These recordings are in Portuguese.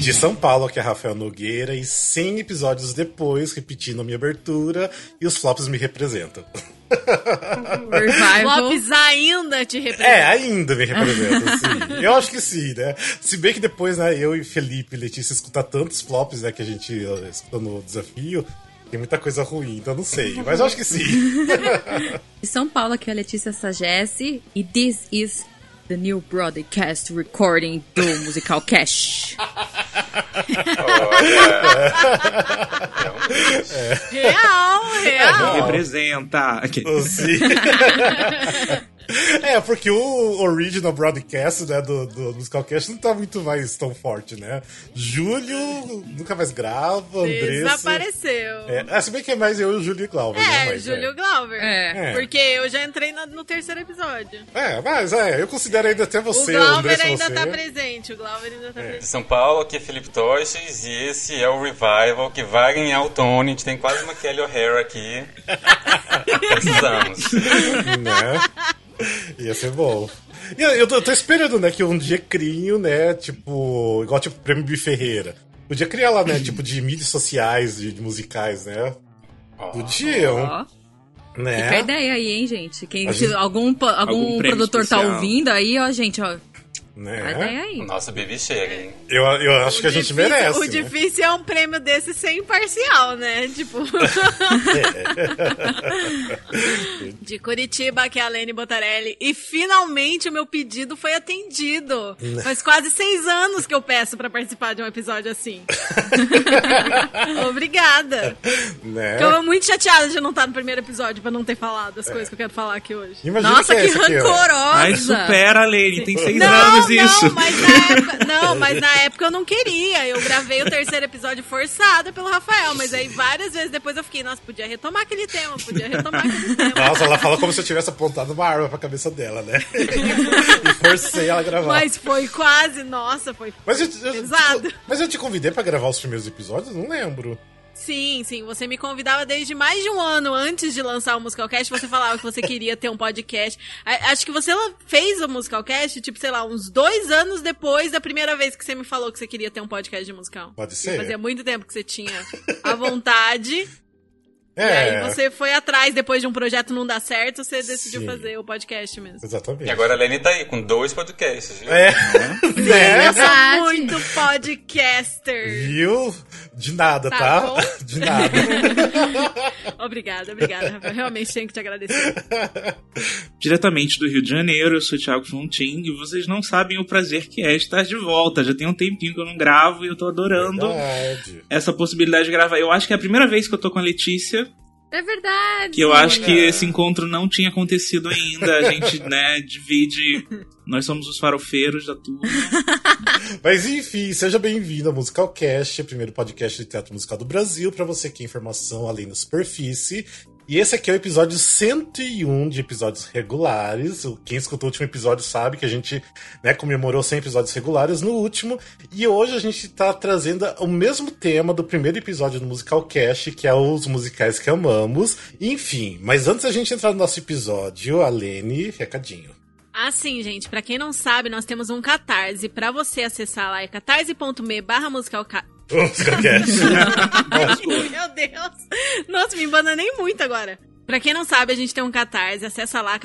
De São Paulo, que é Rafael Nogueira, e 100 episódios depois, repetindo a minha abertura, e os flops me representam. Flops ainda te representam. Ainda me representam, sim. Eu acho que sim, né? Se bem que depois, né, eu e Felipe e Letícia escutar tantos flops, né, que a gente escuta no desafio, tem muita coisa ruim, então não sei, mas eu acho que sim. De São Paulo, aqui é a Letícia Sagesse, e this is the new broadcast recording do Musical Cash. Real. Representa. Sim. Porque o original broadcast, né, do Musicalcast não tá muito mais tão forte, né? Júlio nunca mais grava, Andressa... Desapareceu. Se bem que é mais eu e o Júlio Glauber, né? Mas, Júlio Glauber. Porque eu já entrei no terceiro episódio. Eu considero ainda até você, o Glauber Andressa, ainda você. tá presente, o Glauber ainda tá presente. De São Paulo, aqui é Felipe Toches, e esse é o Revival, que vai ganhar o Tony. A gente tem quase uma Kelly O'Hara aqui. Precisamos. Né? Ia ser bom. E eu tô esperando, né, que um dia criem, né, igual Prêmio Bi Ferreira. Podia criar lá, né, de mídias sociais, de musicais, né? Podiam. Né? Fica a ideia aí, hein, gente? Algum produtor especial. tá ouvindo aí, ó, gente, ó. Né? A ideia aí. Nossa, Bibi chega, hein? Eu acho que a gente merece. O difícil é um prêmio desse ser imparcial, né? De Curitiba, que é a Lene Botarelli. E finalmente o meu pedido foi atendido. Faz quase 6 anos que eu peço pra participar de um episódio assim. Obrigada. Né? Eu tô muito chateada de não estar no primeiro episódio pra não ter falado as coisas que eu quero falar aqui hoje. Imagina Nossa, que aqui, rancorosa! Ai, supera, Lene, tem 6 anos isso. Mas na época eu não queria. Eu gravei o terceiro episódio forçada pelo Rafael, mas aí várias vezes depois eu fiquei, nossa, podia retomar aquele tema. Nossa, ela fala como se eu tivesse apontado uma arma pra cabeça dela, né? E forcei ela a gravar. Mas foi quase, nossa, foi pesado. Mas eu te convidei pra gravar os primeiros episódios? Não lembro. Sim, você me convidava desde mais de um ano antes de lançar o Musicalcast, você falava que você queria ter um podcast. Acho que você fez o Musicalcast, sei lá, uns 2 anos depois da primeira vez que você me falou que você queria ter um podcast de musical. Pode ser. Fazia muito tempo que você tinha a vontade. E É. aí você foi atrás, depois de um projeto não dar certo, você decidiu Sim. fazer o podcast mesmo. Exatamente. E agora a Lene tá aí, com 2 podcasts, viu? É. Eu sou Verdade. muito podcaster. Viu? De nada, Tá tá? bom. De nada. Obrigada, Rafael. Realmente tenho que te agradecer. Diretamente do Rio de Janeiro, eu sou o Thiago Fontin e vocês não sabem o prazer que é estar de volta. Já tem um tempinho que eu não gravo e eu tô adorando Verdade. essa possibilidade de gravar. Eu acho que é a primeira vez que eu tô com a Letícia, É verdade. que eu acho que esse encontro não tinha acontecido ainda. A gente, né, divide... Nós somos os farofeiros da turma. Mas enfim, seja bem-vindo ao Musicalcast, o primeiro podcast de teatro musical do Brasil, pra você que é informação além da superfície. E esse aqui é o episódio 101 de episódios regulares. Quem escutou o último episódio sabe que a gente, né, comemorou 100 episódios regulares no último. E hoje a gente tá trazendo o mesmo tema do primeiro episódio do Musicalcast, que é os musicais que amamos. Enfim, mas antes da gente entrar no nosso episódio, a Lene, recadinho. Assim, gente, pra quem não sabe, nós temos um Catarse. Pra você acessar lá é catarse.me/musicalcast. Musicalcast. Meu Deus. Nossa, me embananei muito agora. Pra quem não sabe, a gente tem um Catarse. Acessa lá,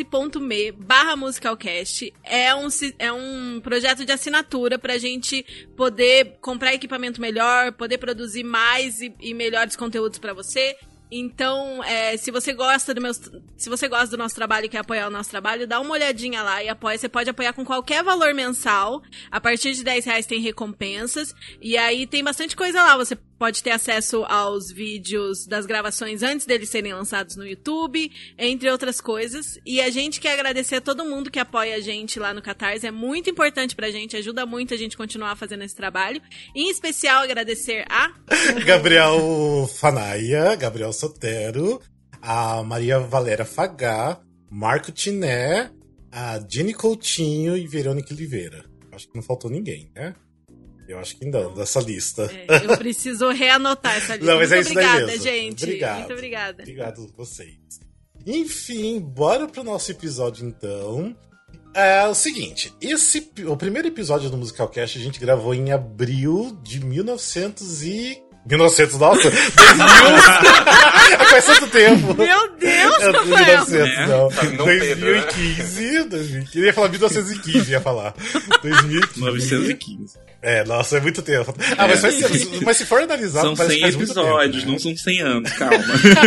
catarse.me/musicalcast. É um projeto de assinatura pra gente poder comprar equipamento melhor, poder produzir mais e melhores conteúdos pra você. Então, se você gosta do nosso trabalho e quer apoiar o nosso trabalho, dá uma olhadinha lá e apoia. Você pode apoiar com qualquer valor mensal. A partir de R$10 tem recompensas. E aí tem bastante coisa lá. Você pode ter acesso aos vídeos das gravações antes deles serem lançados no YouTube, entre outras coisas. E a gente quer agradecer a todo mundo que apoia a gente lá no Catarse. É muito importante pra gente, ajuda muito a gente continuar fazendo esse trabalho. Em especial, agradecer a... Gabriel Fanaia, Gabriel Sotero, a Maria Valéria Fagá, Marco Tiné, a Jenny Coutinho e Verônica Oliveira. Acho que não faltou ninguém, né? Eu acho que não, dessa lista. Eu preciso reanotar essa lista. Não, mas muito é isso daí obrigada, mesmo. gente. Obrigado. Muito obrigada. Obrigado a vocês. Enfim, bora pro nosso episódio então. É o seguinte, o primeiro episódio do Musicalcast a gente gravou em abril de 1900, nossa, 2000. Faz tanto tempo. Meu Deus, Rafael. 1900, não. 2015. Eu ia falar 1915, ia falar. 2015. 915. Nossa, é muito tempo. Mas se for analisar, são 100 episódios, não são 100 anos, calma.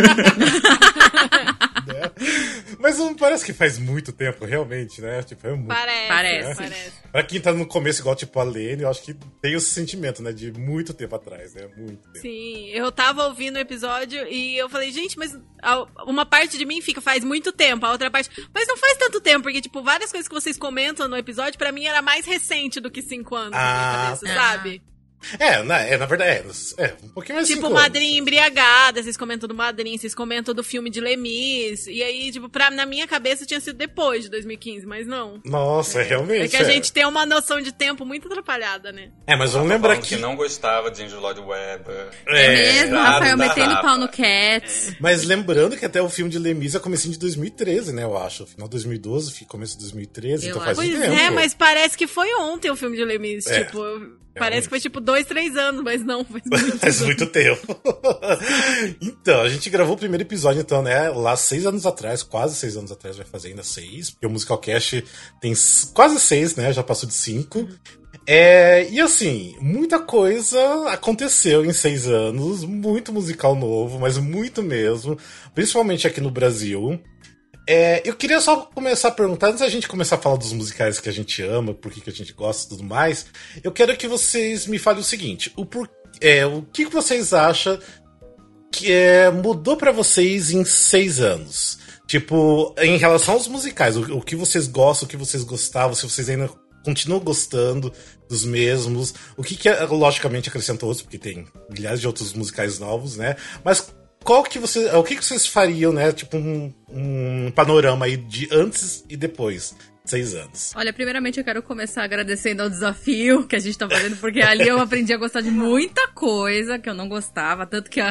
Mas não parece que faz muito tempo, realmente, né? Tipo, é muito. Parece. Pra quem tá no começo, igual tipo a Lene, eu acho que tem esse sentimento, né? De muito tempo atrás, né? Muito tempo. Sim, eu tava ouvindo o episódio e eu falei, gente, mas uma parte de mim faz muito tempo, a outra parte, mas não faz tanto tempo, porque, tipo, várias coisas que vocês comentam no episódio, pra mim era mais recente do que 5 anos na minha cabeça, sabe? Na verdade, um pouquinho mais tipo, Madrinha Embriagada, vocês comentam do Madrinha, vocês comentam do filme de Lemis, e aí, tipo, na minha cabeça tinha sido depois de 2015, mas não. Nossa, realmente. É que a gente tem uma noção de tempo muito atrapalhada, né? Mas vamos lembrar que não gostava de Andrew Lloyd Webber. Mesmo, Rafael metendo pau no Cats. Mas lembrando que até o filme de Lemis é comecinho de 2013, né, eu acho. Final de 2012, começo de 2013, então faz um tempo. Pois mas parece que foi ontem o filme de Lemis, tipo... Parece que foi tipo 2, 3 anos, mas não, faz muito Faz muito tempo. Então, a gente gravou o primeiro episódio, então, né, lá 6 anos atrás, quase 6 anos atrás, vai fazer ainda 6, porque o Musicalcast tem quase 6, né, já passou de 5. E assim, muita coisa aconteceu em 6 anos, muito musical novo, mas muito mesmo, principalmente aqui no Brasil. Eu queria só começar a perguntar, antes da gente começar a falar dos musicais que a gente ama, por que a gente gosta e tudo mais, eu quero que vocês me falem o seguinte, o que vocês acham que mudou pra vocês em 6 anos? Tipo, em relação aos musicais, o que vocês gostam, o que vocês gostavam, se vocês ainda continuam gostando dos mesmos, o que logicamente acrescentou outros, porque tem milhares de outros musicais novos, né? Mas o que vocês fariam, né? Tipo, um panorama aí de antes e depois de 6 anos. Olha, primeiramente eu quero começar agradecendo ao desafio que a gente tá fazendo, porque ali eu aprendi a gostar de muita coisa que eu não gostava, tanto que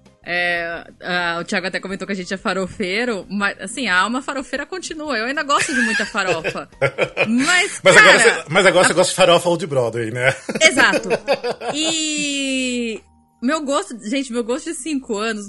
o Thiago até comentou que a gente é farofeiro, mas assim, a alma farofeira continua, eu ainda gosto de muita farofa. Mas agora você gosta de farofa ou de Broadway, né? Exato. E... Meu gosto de 5 anos,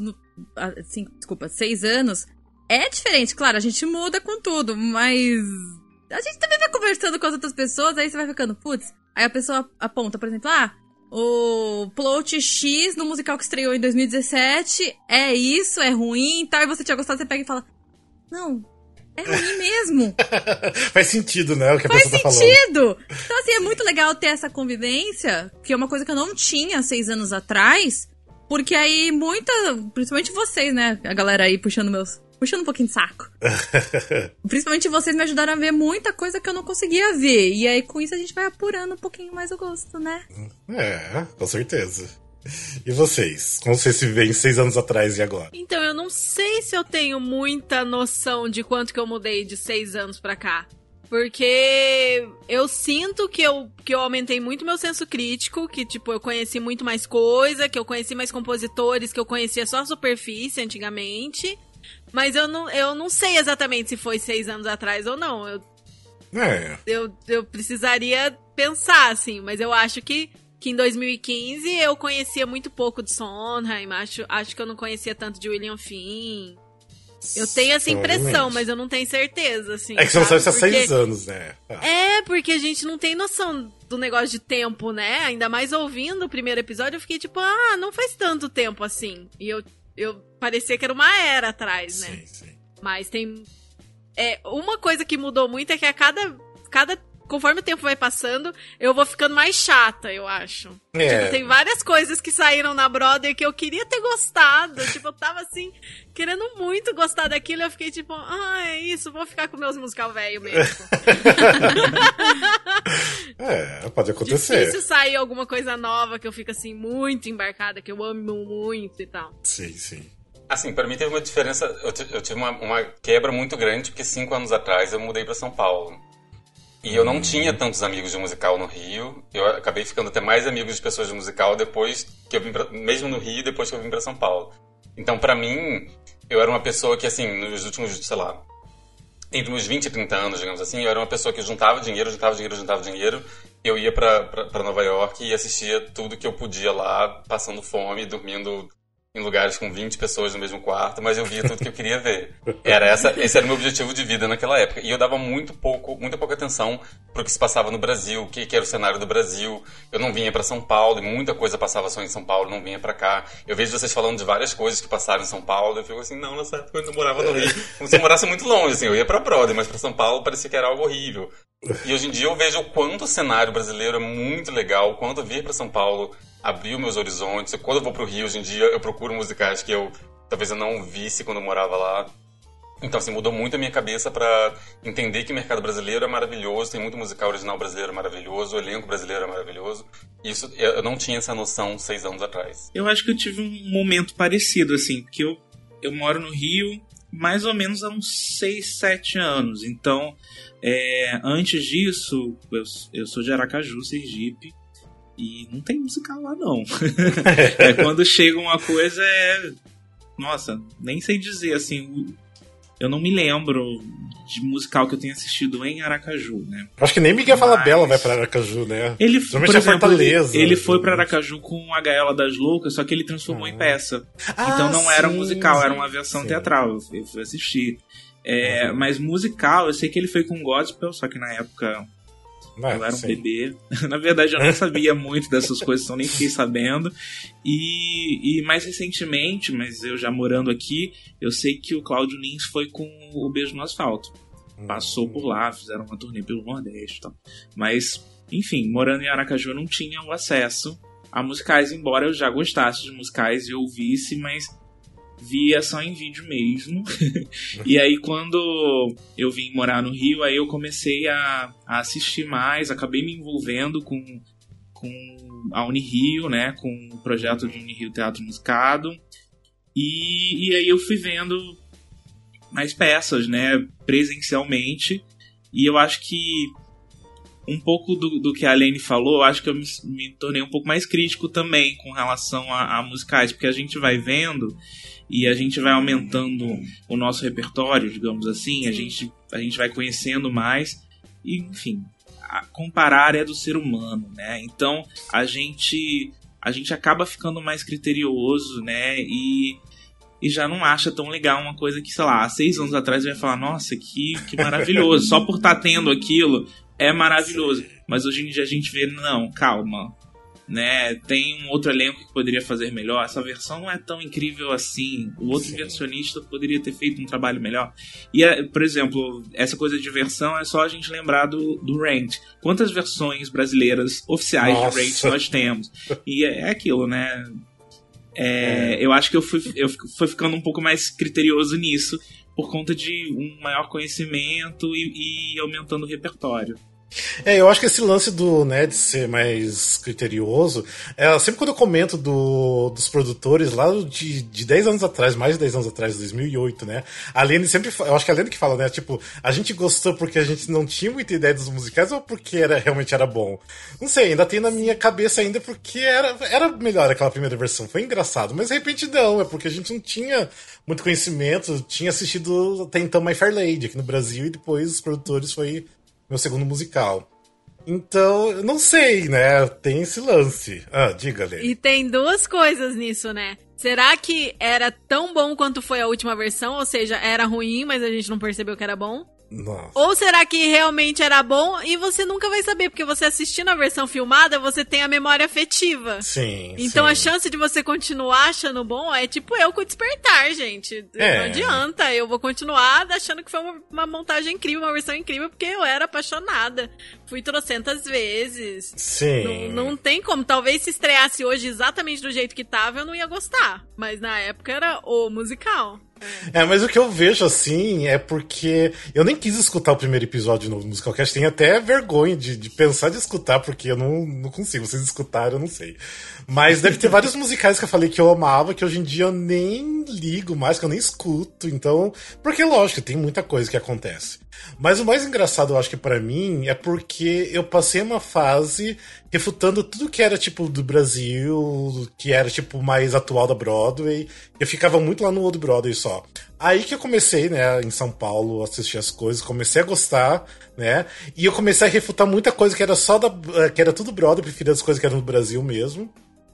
6 anos, é diferente. Claro, a gente muda com tudo, mas a gente também vai conversando com as outras pessoas, aí você vai ficando, putz, aí a pessoa aponta, por exemplo, o plot X no musical que estreou em 2017, é isso, é ruim e tal, e você tinha gostado, você pega e fala, não, é ruim mesmo. Faz sentido, né, o que a pessoa tá falando. Faz sentido! Então, assim, é muito legal ter essa convivência, que é uma coisa que eu não tinha 6 anos atrás, porque aí principalmente vocês, né, a galera aí puxando um pouquinho de saco. Principalmente vocês me ajudaram a ver muita coisa que eu não conseguia ver, e aí com isso a gente vai apurando um pouquinho mais o gosto, né? Com certeza. E vocês? Como vocês se veem 6 anos atrás e agora? Então, eu não sei se eu tenho muita noção de quanto que eu mudei de 6 anos pra cá. Porque eu sinto que eu aumentei muito meu senso crítico, que, tipo, eu conheci muito mais coisa, que eu conheci mais compositores, que eu conhecia só a superfície antigamente. Mas eu não sei exatamente se foi 6 anos atrás ou não. Eu precisaria pensar, assim, mas eu acho que em 2015 eu conhecia muito pouco de Sondheim, acho que eu não conhecia tanto de William Finn. Eu tenho essa impressão, mas eu não tenho certeza, assim. É que são só esses 6 anos, né? Porque a gente não tem noção do negócio de tempo, né? Ainda mais ouvindo o primeiro episódio, eu fiquei tipo, não faz tanto tempo assim. E eu parecia que era uma era atrás, né? Sim. Mas tem... uma coisa que mudou muito é que a cada conforme o tempo vai passando, eu vou ficando mais chata, eu acho. Tipo, tem várias coisas que saíram na Broadway que eu queria ter gostado. Tipo, eu tava assim, querendo muito gostar daquilo. Eu fiquei tipo, é isso, vou ficar com meus musical velho mesmo. Pode acontecer. Difícil sair alguma coisa nova que eu fico assim, muito embarcada, que eu amo muito e tal. Sim. Assim, pra mim teve uma diferença, eu tive uma quebra muito grande, porque 5 anos atrás eu mudei pra São Paulo. E eu não tinha tantos amigos de musical no Rio. Eu acabei ficando até mais amigos de pessoas de musical depois que eu vim mesmo no Rio, depois que eu vim pra São Paulo. Então, pra mim, eu era uma pessoa que, assim, nos últimos, sei lá, entre meus 20 e 30 anos, digamos assim, eu era uma pessoa que juntava dinheiro. Eu ia pra Nova York e assistia tudo que eu podia lá, passando fome, dormindo em lugares com 20 pessoas no mesmo quarto, mas eu via tudo que eu queria ver. Esse era o meu objetivo de vida naquela época. E eu dava muita pouca atenção pro que se passava no Brasil, o que era o cenário do Brasil. Eu não vinha pra São Paulo, e muita coisa passava só em São Paulo, não vinha pra cá. Eu vejo vocês falando de várias coisas que passaram em São Paulo, eu fico assim, não, nessa época eu ainda morava no Rio. Como se eu morasse muito longe, assim, eu ia pra Broadway, mas pra São Paulo parecia que era algo horrível. E hoje em dia eu vejo o quanto o cenário brasileiro é muito legal, o quanto vir pra São Paulo abriu meus horizontes. Quando eu vou pro Rio, hoje em dia, eu procuro musicais que talvez eu não visse quando eu morava lá. Então, assim, mudou muito a minha cabeça pra entender que o mercado brasileiro é maravilhoso, tem muito musical original brasileiro maravilhoso, o elenco brasileiro é maravilhoso. Isso, eu não tinha essa noção 6 anos atrás. Eu acho que eu tive um momento parecido, assim, porque eu moro no Rio mais ou menos há uns 6, 7 anos. Então, antes disso, eu sou de Aracaju, Sergipe, e não tem musical lá, não. Quando chega uma coisa, nossa, nem sei dizer, assim, eu não me lembro de musical que eu tenha assistido em Aracaju, né? Acho que nem Miguel Falabella vai pra Aracaju, né? Ele, por exemplo, Fortaleza. Ele foi pra Aracaju com a Gaiola das Loucas, só que ele transformou em peça. Então não era um musical, era uma versão teatral. Eu fui assistir. Mas musical, eu sei que ele foi com gospel, só que na época eu era um bebê. Na verdade, eu não sabia muito dessas coisas, então nem fiquei sabendo. E mais recentemente, mas eu já morando aqui, eu sei que o Cláudio Lins foi com o Beijo no Asfalto. Passou por lá, fizeram uma turnê pelo Nordeste e tal. Mas, enfim, morando em Aracaju, eu não tinha o acesso a musicais, embora eu já gostasse de musicais e ouvisse, mas via só em vídeo mesmo. E aí quando eu vim morar no Rio, aí eu comecei a assistir mais, acabei me envolvendo com a Unirio, né, com o projeto de Unirio Teatro Musicado, e aí eu fui vendo mais peças, né, presencialmente, e eu acho que um pouco do que a Aline falou, eu acho que eu me tornei um pouco mais crítico também com relação a musicais, porque a gente vai vendo e a gente vai aumentando o nosso repertório, digamos assim, a gente vai conhecendo mais, e enfim, comparar é do ser humano, né? Então a gente acaba ficando mais criterioso, né? E já não acha tão legal uma coisa que, sei lá, há 6 anos atrás eu ia falar, nossa, que maravilhoso, só por estar tendo aquilo é maravilhoso. Mas hoje em dia a gente vê, não, calma, né? Tem um outro elenco que poderia fazer melhor, essa versão não é tão incrível assim, o outro versionista poderia ter feito um trabalho melhor. E, por exemplo, essa coisa de versão é só a gente lembrar do Rent. Quantas versões brasileiras oficiais de Rent nós temos? E é aquilo, né? Eu acho que eu fui ficando um pouco mais criterioso nisso, por conta de um maior conhecimento e aumentando o repertório. Eu acho que esse lance de ser mais criterioso, sempre quando eu comento dos produtores lá de 10 anos atrás, mais de 10 anos atrás, 2008, né? A Aline sempre, eu acho que a Aline que fala, né? Tipo, a gente gostou porque a gente não tinha muita ideia dos musicais ou porque realmente era bom? Não sei, ainda tem na minha cabeça ainda porque era melhor aquela primeira versão, foi engraçado, mas de repente não, é porque a gente não tinha muito conhecimento, tinha assistido até então My Fair Lady aqui no Brasil e depois os produtores foi meu segundo musical. Então, eu não sei, né? Tem esse lance. Diga, Lê. E tem 2 coisas nisso, né? Será que era tão bom quanto foi a última versão? Ou seja, era ruim, mas a gente não percebeu que era bom? Nossa. Ou será que realmente era bom e você nunca vai saber, porque você assistindo a versão filmada, você tem a memória afetiva. Sim. Então a chance de você continuar achando bom é tipo eu com o Despertar, gente. Não adianta, eu vou continuar achando que foi uma montagem incrível, uma versão incrível, porque eu era apaixonada. Fui trocentas vezes. Sim. Não tem como. Talvez se estreasse hoje exatamente do jeito que tava, eu não ia gostar. Mas na época era o musical. Mas o que eu vejo assim é porque eu nem quis escutar o primeiro episódio do Musicalcast, tenho até vergonha de pensar de escutar, porque eu não consigo. Vocês escutaram, eu não sei. Mas deve ter vários musicais que eu falei que eu amava, que hoje em dia eu nem ligo mais, que eu nem escuto. Então, porque lógico, tem muita coisa que acontece. Mas o mais engraçado, eu acho que pra mim, é porque eu passei uma fase refutando tudo que era, tipo, do Brasil, que era, tipo, mais atual da Broadway. Eu ficava muito lá no Old Broadway só. Aí que eu comecei, né, em São Paulo, a assistir as coisas, comecei a gostar, né, e eu comecei a refutar muita coisa que era só que era tudo Broadway, eu preferia as coisas que eram no Brasil mesmo.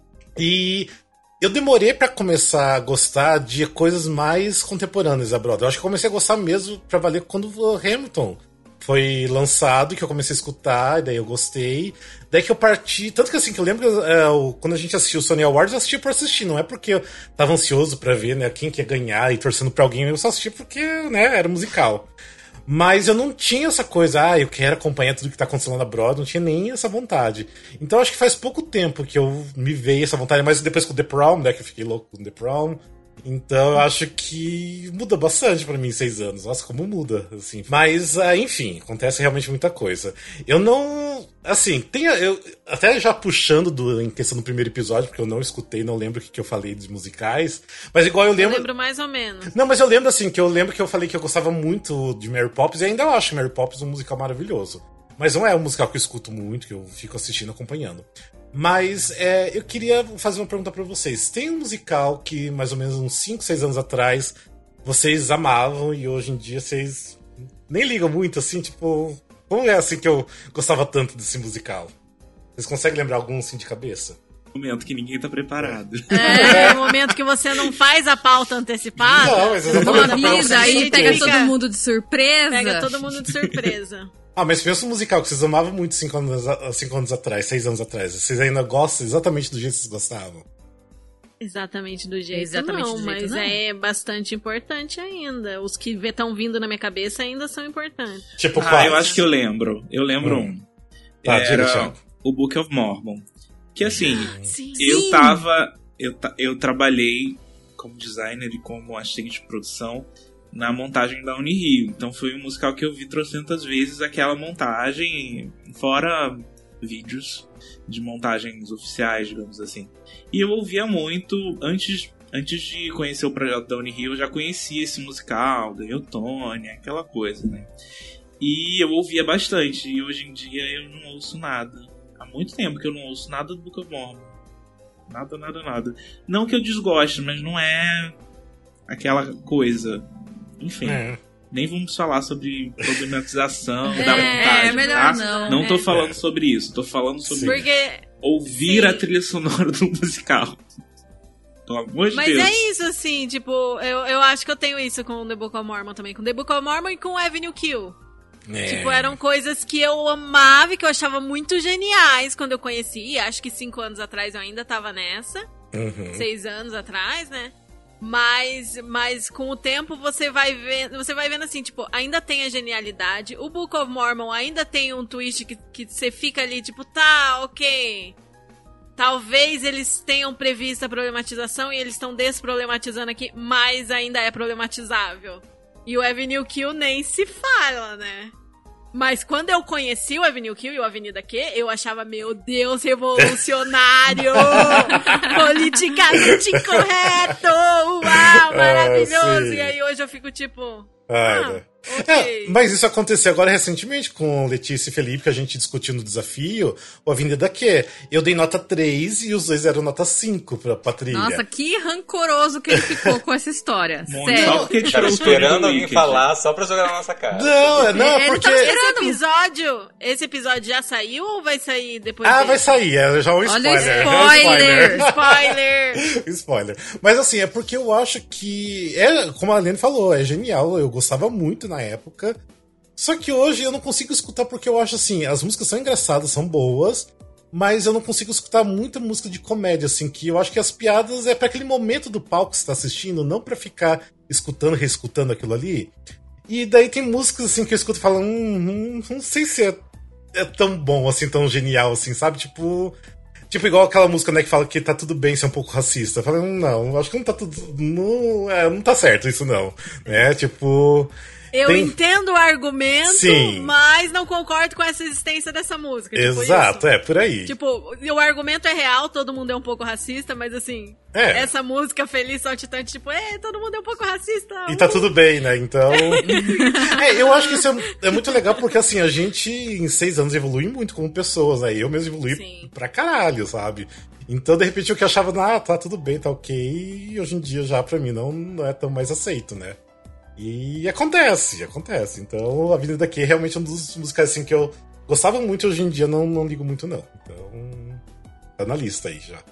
E eu demorei pra começar a gostar de coisas mais contemporâneas da Broadway. Eu acho que eu comecei a gostar mesmo pra valer quando o Hamilton foi lançado, que eu comecei a escutar, e daí eu gostei. Daí que eu parti. Tanto que assim, que eu lembro que quando a gente assistiu o Sony Awards, eu assisti por assistir. Não é porque eu tava ansioso pra ver, né, quem que ia ganhar e torcendo pra alguém. Eu só assisti porque, né, era musical. Mas eu não tinha essa coisa, eu quero acompanhar tudo que tá acontecendo na Broadway, não tinha nem essa vontade. Então acho que faz pouco tempo que eu me veio essa vontade, mas depois com The Prom, né, que eu fiquei louco com The Prom. Então eu acho que muda bastante pra mim em 6 anos. Nossa, como muda, assim. Mas, enfim, acontece realmente muita coisa. Eu não... Assim, eu até já puxando em questão do primeiro episódio, porque eu não escutei, não lembro o que eu falei dos musicais. Mas igual eu lembro... Eu lembro mais ou menos. Não, mas eu lembro, assim, que eu falei que eu gostava muito de Mary Poppins, e ainda eu acho Mary Poppins um musical maravilhoso. Mas não é um musical que eu escuto muito, que eu fico assistindo, acompanhando. Mas eu queria fazer uma pergunta pra vocês. Tem um musical que, mais ou menos uns 5, 6 anos atrás, vocês amavam e hoje em dia vocês nem ligam muito, assim, tipo... Como é assim que eu gostava tanto desse musical? Vocês conseguem lembrar algum, assim, de cabeça? Momento que ninguém tá preparado. É o momento que você não faz a pauta antecipada. Não, mas Não avisa, aí pega todo mundo de surpresa. Pega todo mundo de surpresa. Mas pensa um musical que vocês amavam muito 5 anos atrás, 6 anos atrás. Vocês ainda gostam exatamente do jeito que vocês gostavam? Exatamente do jeito não, mas não. É bastante importante ainda. Os que estão vindo na minha cabeça ainda são importantes. Tipo qual? Eu acho que eu lembro. Eu lembro um. Tá, era o Book of Mormon. Que assim, sim. Eu trabalhei como designer e como assistente de produção na montagem da Unirio. Então foi um musical que eu vi 300 vezes aquela montagem, fora vídeos de montagens oficiais, digamos assim. E eu ouvia muito, antes de conhecer o projeto da Unirio, eu já conhecia esse musical, ganhou Tony, aquela coisa, né? E eu ouvia bastante, e hoje em dia eu não ouço nada. Há muito tempo que eu não ouço nada do Book of Mormon. Nada. Não que eu desgoste, mas não é aquela coisa. Enfim, nem vamos falar sobre problematização da montagem. É melhor tá? Não tô falando sobre isso. Tô falando sobre ouvir a trilha sonora do musical. Pelo amor de Deus. Mas é isso, assim, tipo, eu acho que eu tenho isso com The Book of Mormon também. Com The Book of Mormon e com Avenue Q. Tipo, eram coisas que eu amava e que eu achava muito geniais quando eu conheci. Acho que 5 anos atrás eu ainda tava nessa. 6 anos atrás, né? Mas com o tempo você vai vendo assim, tipo, ainda tem a genialidade. O Book of Mormon ainda tem um twist que você fica ali, tipo, tá, ok. Talvez eles tenham previsto a problematização e eles estão desproblematizando aqui, mas ainda é problematizável. E o Avenue Q nem se fala, né? Mas quando eu conheci o Avenue Q e o Avenida Q, eu achava, meu Deus, revolucionário! Politicamente incorreto! Uau, maravilhoso! E aí hoje eu fico tipo... Okay. Mas isso aconteceu agora recentemente com Letícia e Felipe, que a gente discutiu no desafio, o Avenida Q. Eu dei nota 3 e os dois deram nota 5 pra trilha. Nossa, que rancoroso que ele ficou com essa história. Sério. Só porque tava esperando alguém falar só pra jogar na nossa cara. Não, porque... Esse episódio já saiu ou vai sair depois vai sair, já é um spoiler. Olha, Spoiler. Mas assim, é porque eu acho que, como a Aline falou, é genial, eu gostava muito na época. Só que hoje eu não consigo escutar porque eu acho assim, as músicas são engraçadas, são boas, mas eu não consigo escutar muita música de comédia, assim, que eu acho que as piadas é pra aquele momento do palco que você tá assistindo, não pra ficar escutando, reescutando aquilo ali. E daí tem músicas assim que eu escuto e falo, não sei se é tão bom, assim, tão genial, assim, sabe? Tipo igual aquela música, né, que fala que tá tudo bem ser um pouco racista. Eu falei, não, acho que não tá tudo... Não tá certo isso, não. Né, tipo... Eu entendo o argumento, Sim. mas não concordo com essa existência dessa música. Exato, isso. por aí. Tipo, o argumento é real, todo mundo é um pouco racista, mas assim, essa música Feliz Saltitante, tipo, todo mundo é um pouco racista. E tá tudo bem, né? Então. Eu acho que isso é muito legal, porque assim, a gente em 6 anos evolui muito como pessoas, né? Eu mesmo evolui pra caralho, sabe? Então, de repente, o que eu achava, tá tudo bem, tá ok, e hoje em dia já pra mim não é tão mais aceito, né? E acontece. Então, a Avenida Daqui é realmente um dos musicais assim, que eu gostava muito e hoje em dia não ligo muito, não. Então, tá na lista aí já.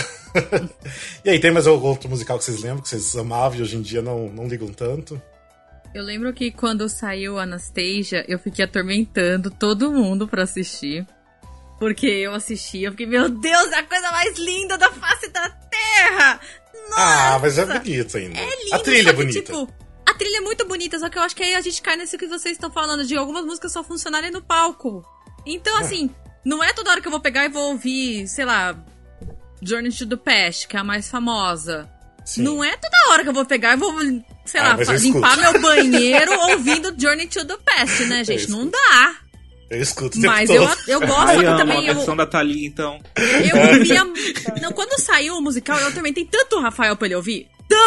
E aí, tem mais algum outro musical que vocês lembram, que vocês amavam e hoje em dia não ligam tanto? Eu lembro que quando saiu Anastasia, eu fiquei atormentando todo mundo pra assistir. Porque eu assisti, eu fiquei, meu Deus, é a coisa mais linda da face da Terra! Nossa! Mas é bonito ainda. É lindo, a trilha é que, bonita. Tipo, a trilha é muito bonita, só que eu acho que aí a gente cai nesse que vocês estão falando, de algumas músicas só funcionarem no palco. Então, assim, não é toda hora que eu vou pegar e vou ouvir, sei lá, Journey to the Past, que é a mais famosa. Sim. Não é toda hora que eu vou pegar e vou, sei lá, limpar meu banheiro ouvindo Journey to the Past, né, gente? Não dá. Eu escuto. Mas eu gosto também. A versão da Thalia, então. Eu ouvia. Não, quando saiu o musical, eu atormentei tanto o Rafael pra ele ouvir.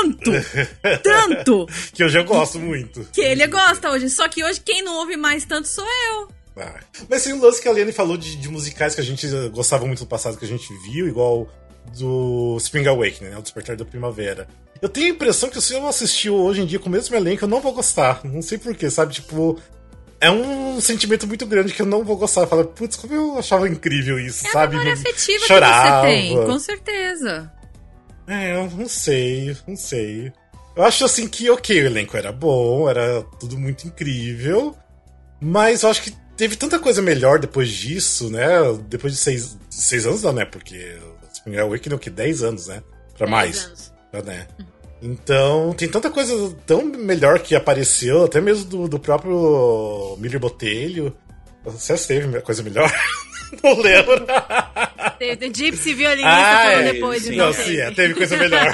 Tanto! Que hoje eu gosto muito. Que ele gosta hoje. Só que hoje quem não ouve mais tanto sou eu. Mas sim, o lance que a Liane falou de musicais que a gente gostava muito no passado, que a gente viu, igual do Spring Awakening, né? O Despertar da Primavera. Eu tenho a impressão que se eu assistir hoje em dia com o mesmo elenco, eu não vou gostar. Não sei porquê, sabe? Tipo. É um sentimento muito grande que eu não vou gostar. Falar, putz, como eu achava incrível isso, sabe? É a memória afetiva chorava. Que você tem, com certeza. Eu não sei. Eu acho assim que, ok, o elenco era bom, era tudo muito incrível, mas eu acho que teve tanta coisa melhor depois disso, né? Depois de 6 anos não, né? Porque Spring Awakening é o que? 10 anos, né? Pra mais. 10 anos. Né? Então, tem tanta coisa tão melhor que apareceu, até mesmo do próprio Miller Botelho. Você teve coisa melhor? Não lembro. Teve Gypsy violinista falando depois. Não, sim, teve coisa melhor.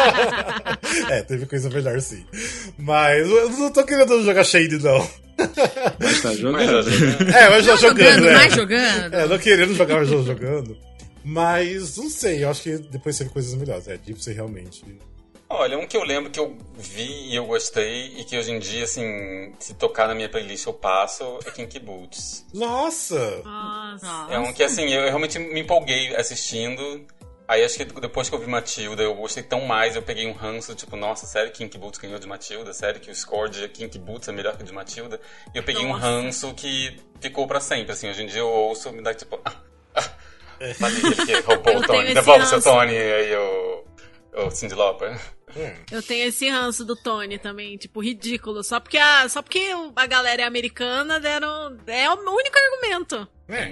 Teve coisa melhor, sim. Mas eu não tô querendo jogar shade, não. Mas tá jogando. Mas já jogando, né? Mais jogando. Não querendo jogar, mas jogando. Mas, não sei, eu acho que depois teve coisas melhores. Gypsy realmente... Olha, um que eu lembro que eu vi e eu gostei e que hoje em dia, assim, se tocar na minha playlist eu passo, é Kinky Boots. Nossa! É um que, assim, eu realmente me empolguei assistindo. Aí acho que depois que eu vi Matilda, eu gostei tão mais, eu peguei um ranço, tipo, nossa, sério que Kinky Boots ganhou de Matilda? Sério que o score de Kinky Boots é melhor que o de Matilda? E eu peguei um ranço que ficou pra sempre, assim, hoje em dia eu ouço, me dá tipo... Sabe aquele que roubou o Tony? Devolve o seu Tony e aí o Cyndi Lauper. Eu tenho esse ranço do Tony também, tipo, ridículo. Só porque a galera é americana é o único argumento.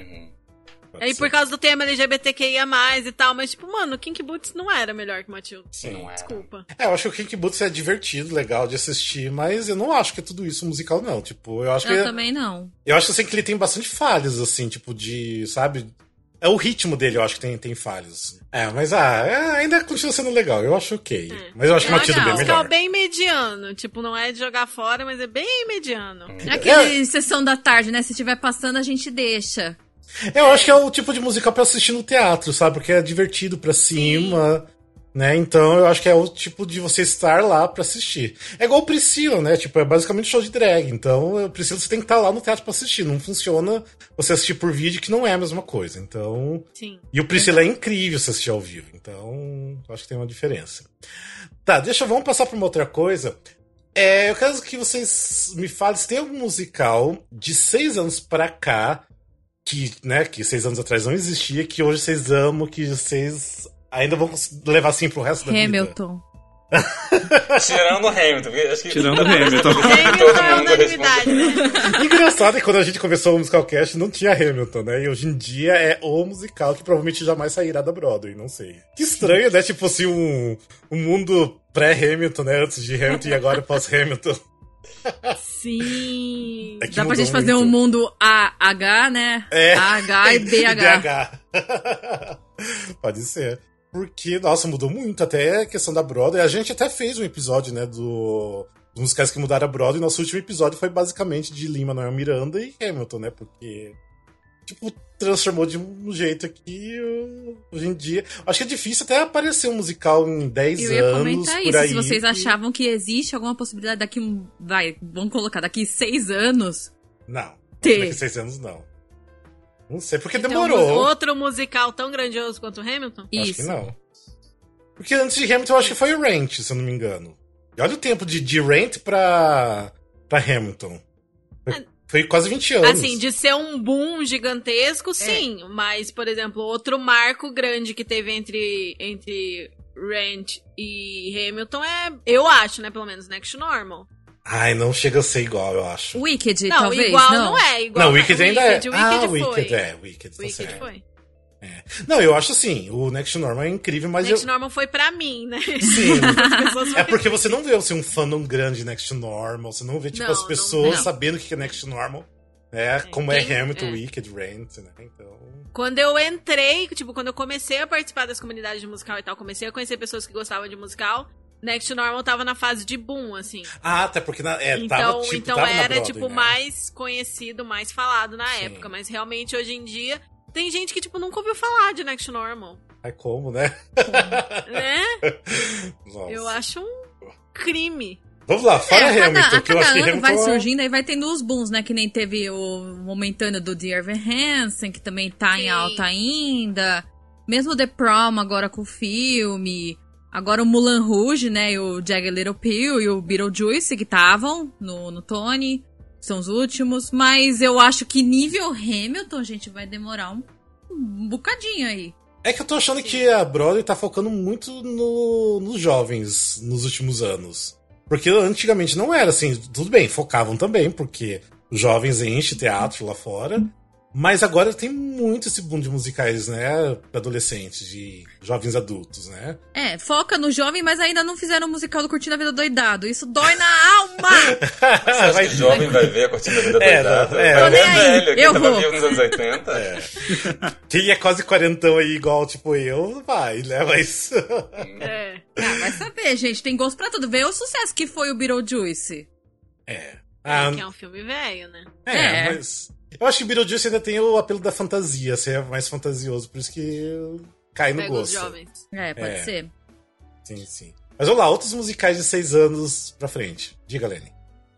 Aí por causa do tema LGBTQIA+, e tal, mas tipo, mano, o Kinky Boots não era melhor que Matilda. Sim, não era. Desculpa. Eu acho que o Kinky Boots é divertido, legal de assistir, mas eu não acho que é tudo isso musical, não. Tipo, eu acho que... Eu também não. Eu acho assim que ele tem bastante falhas, assim, tipo, de, sabe... É o ritmo dele, eu acho que tem falhas. Mas ainda continua sendo legal, eu acho ok. Mas eu acho que Matilda é bem melhor. É bem mediano, tipo, não é de jogar fora, mas é bem mediano. É aquele sessão da tarde, né? Se estiver passando, a gente deixa. Eu acho que é o tipo de musical pra assistir no teatro, sabe? Porque é divertido pra cima, né? Então eu acho que é o tipo de você estar lá pra assistir. É igual o Priscila, né? Tipo, é basicamente show de drag. Então, o Priscila você tem que estar lá no teatro pra assistir. Não funciona você assistir por vídeo, que não é a mesma coisa. Então... Sim. E o Priscila é incrível você assistir ao vivo. Então, eu acho que tem uma diferença. Tá, vamos passar pra uma outra coisa. Eu quero que vocês me falem se tem algum musical de 6 anos pra cá que 6 anos atrás não existia, que hoje vocês amam, que vocês ainda vão levar assim pro resto da vida. Hamilton. Tirando o Hamilton. Acho que Tirando o Hamilton. Hamilton é unanimidade, né? Engraçado é que quando a gente começou o Musicalcast não tinha Hamilton, né? E hoje em dia é o musical que provavelmente jamais sairá da Broadway, não sei. Que estranho, né? Tipo assim, um mundo pré-Hamilton, né? Antes de Hamilton e agora pós-Hamilton. Sim. Dá pra gente fazer um mundo AH, né? AH e BH. Pode ser. Porque, nossa, mudou muito. Até a questão da Broadway. A gente até fez um episódio, né, dos Os musicais que mudaram a Broadway. Nosso último episódio foi basicamente de Lin-Manuel Miranda e Hamilton, né? Porque, tipo, transformou de um jeito que hoje em dia... Acho que é difícil até aparecer um musical em 10 anos. Eu ia comentar por isso. aí, Se vocês achavam que existe alguma possibilidade daqui... vamos colocar, daqui 6 anos... Não. Ter. Daqui 6 anos, não. Não sei, porque Então, demorou. outro musical tão grandioso quanto o Hamilton? Acho que não. Porque antes de Hamilton, eu acho que foi o Rent, se eu não me engano. E olha o tempo de Rent pra Hamilton. Foi quase 20 anos. Assim, de ser um boom gigantesco, sim. Mas, por exemplo, outro marco grande que teve entre Rent e Hamilton eu acho, né, pelo menos, Next to Normal. Ai, não chega a ser igual, eu acho. Wicked, não, talvez, igual não é. Igual não, Wicked ainda é. Wicked Wicked foi. Wicked tá Wicked certo. foi. É. Não, eu acho assim, o Next to Normal é incrível, mas Next to Normal foi pra mim, né? Sim. É porque você não vê assim, um fandom grande de Next to Normal, você não vê tipo, as pessoas sabendo o que é Next to Normal, né? Como é Hamilton, Wicked, Rent, né? Então... Quando eu entrei, tipo, quando eu comecei a participar das comunidades de musical e tal, comecei a conhecer pessoas que gostavam de musical, Next to Normal tava na fase de boom, assim. Ah, até porque então tava era, Broadway, tipo, né? mais conhecido, mais falado na época. Mas realmente, hoje em dia, tem gente que, tipo, nunca ouviu falar de Next to Normal. Ai, como, né? Né? Nossa. Eu acho um crime. Vamos lá, fora Hamilton, que eu acho que ano Hamilton vai surgindo, aí vai tendo os booms, né? Que nem teve o momentâneo do Dear Evan Hansen, que também tá em alta ainda. Mesmo The Prom agora com o filme. Agora o Moulin Rouge, né? E o Jagged Little Pill e o Beetlejuice, que estavam no Tony. São os últimos. Mas eu acho que nível Hamilton, gente, vai demorar um bocadinho aí. É que eu tô achando que a Broadway tá focando muito nos jovens nos últimos anos. Porque antigamente não era assim. Tudo bem, focavam também, porque os jovens enchem teatro lá fora. Mas agora tem muito esse boom de musicais, né? Pra adolescentes, de jovens adultos, né? É, foca no jovem, mas ainda não fizeram o musical do Curtindo a Vida Doidado. Isso dói na alma! Você acha que jovem vai ver a Curtindo a Vida Doidado? Tô nem aí. Velho, Eu tava vou. vivo nos anos 80. Quem é quase quarentão aí, igual tipo eu, vai, né? Mas... Vai saber, gente. Tem gosto pra tudo. Vê o sucesso que foi o Beetlejuice. Que é um filme velho, né? Mas... Eu acho que Beetlejuice ainda tem o apelo da fantasia, ser mais fantasioso, por isso que cai no gosto. Os jovens. Pode ser. Sim. Mas vamos lá, outros musicais de 6 anos pra frente. Diga, Lene.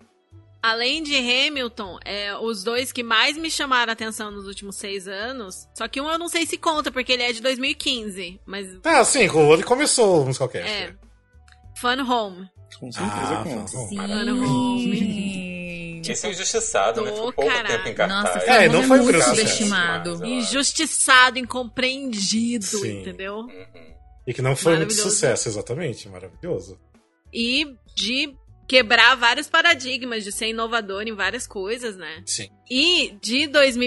Além de Hamilton, os dois que mais me chamaram a atenção nos últimos 6 anos, só que um eu não sei se conta, porque ele é de 2015, mas... Ah, sim, ele começou o Musical Cast. Fun Home. Com certeza conta. Fun Home. Esse é injustiçado, né? Ficou pouco tempo em cartaz. Nossa, não foi muito muito subestimado. Injustiçado, incompreendido, entendeu? E que não foi muito sucesso, exatamente. Maravilhoso. E de quebrar vários paradigmas, de ser inovador em várias coisas, né? Sim. E de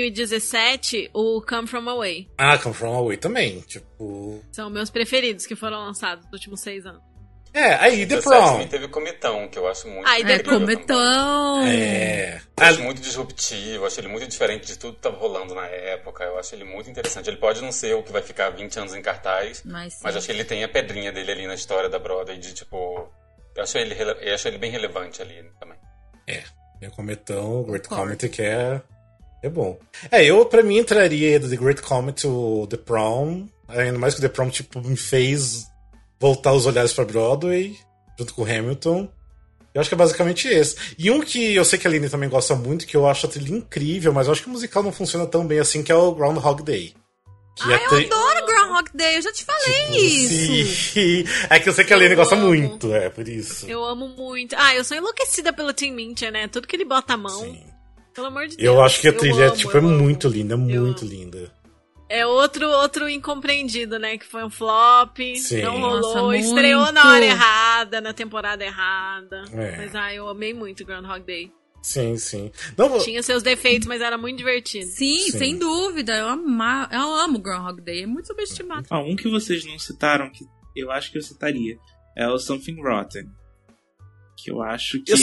2017, o Come From Away. Come From Away também, tipo... São meus preferidos que foram lançados nos últimos 6 anos. Aí The Prom. Teve Cometão, que eu acho muito... Cometão. Eu acho muito disruptivo, acho ele muito diferente de tudo que tava rolando na época. Eu acho ele muito interessante. Ele pode não ser o que vai ficar 20 anos em cartaz, mas acho que ele tem a pedrinha dele ali na história da Broadway de, tipo... Eu acho ele bem relevante ali também. Tem o Cometão, o Great Comet, que é bom. Eu, pra mim, entraria do The Great Comet o The Prom. Ainda mais que o The Prom, tipo, me fez... voltar os olhares pra Broadway, junto com o Hamilton. Eu acho que é basicamente esse. E um que eu sei que a Aline também gosta muito, que eu acho a trilha incrível, mas eu acho que o musical não funciona tão bem assim, que é o Groundhog Day. Eu adoro Groundhog Day, eu já te falei isso. Sim. É que eu sei que a Aline gosta muito, por isso. Eu amo muito. Eu sou enlouquecida pelo Tim Minchin, né? Tudo que ele bota a mão. Sim. Pelo amor de Deus. Eu acho que a trilha é amo. muito linda, muito linda. É outro incompreendido, né? Que foi um flop, não rolou, Nossa, estreou na hora errada, na temporada errada. Mas eu amei muito Groundhog Day. Sim. Não, tinha seus defeitos, mas era muito divertido. Sim, sem dúvida. Eu amo Groundhog Day, é muito subestimado. Um que vocês não citaram, que eu acho que eu citaria, é o Something Rotten. Que eu acho que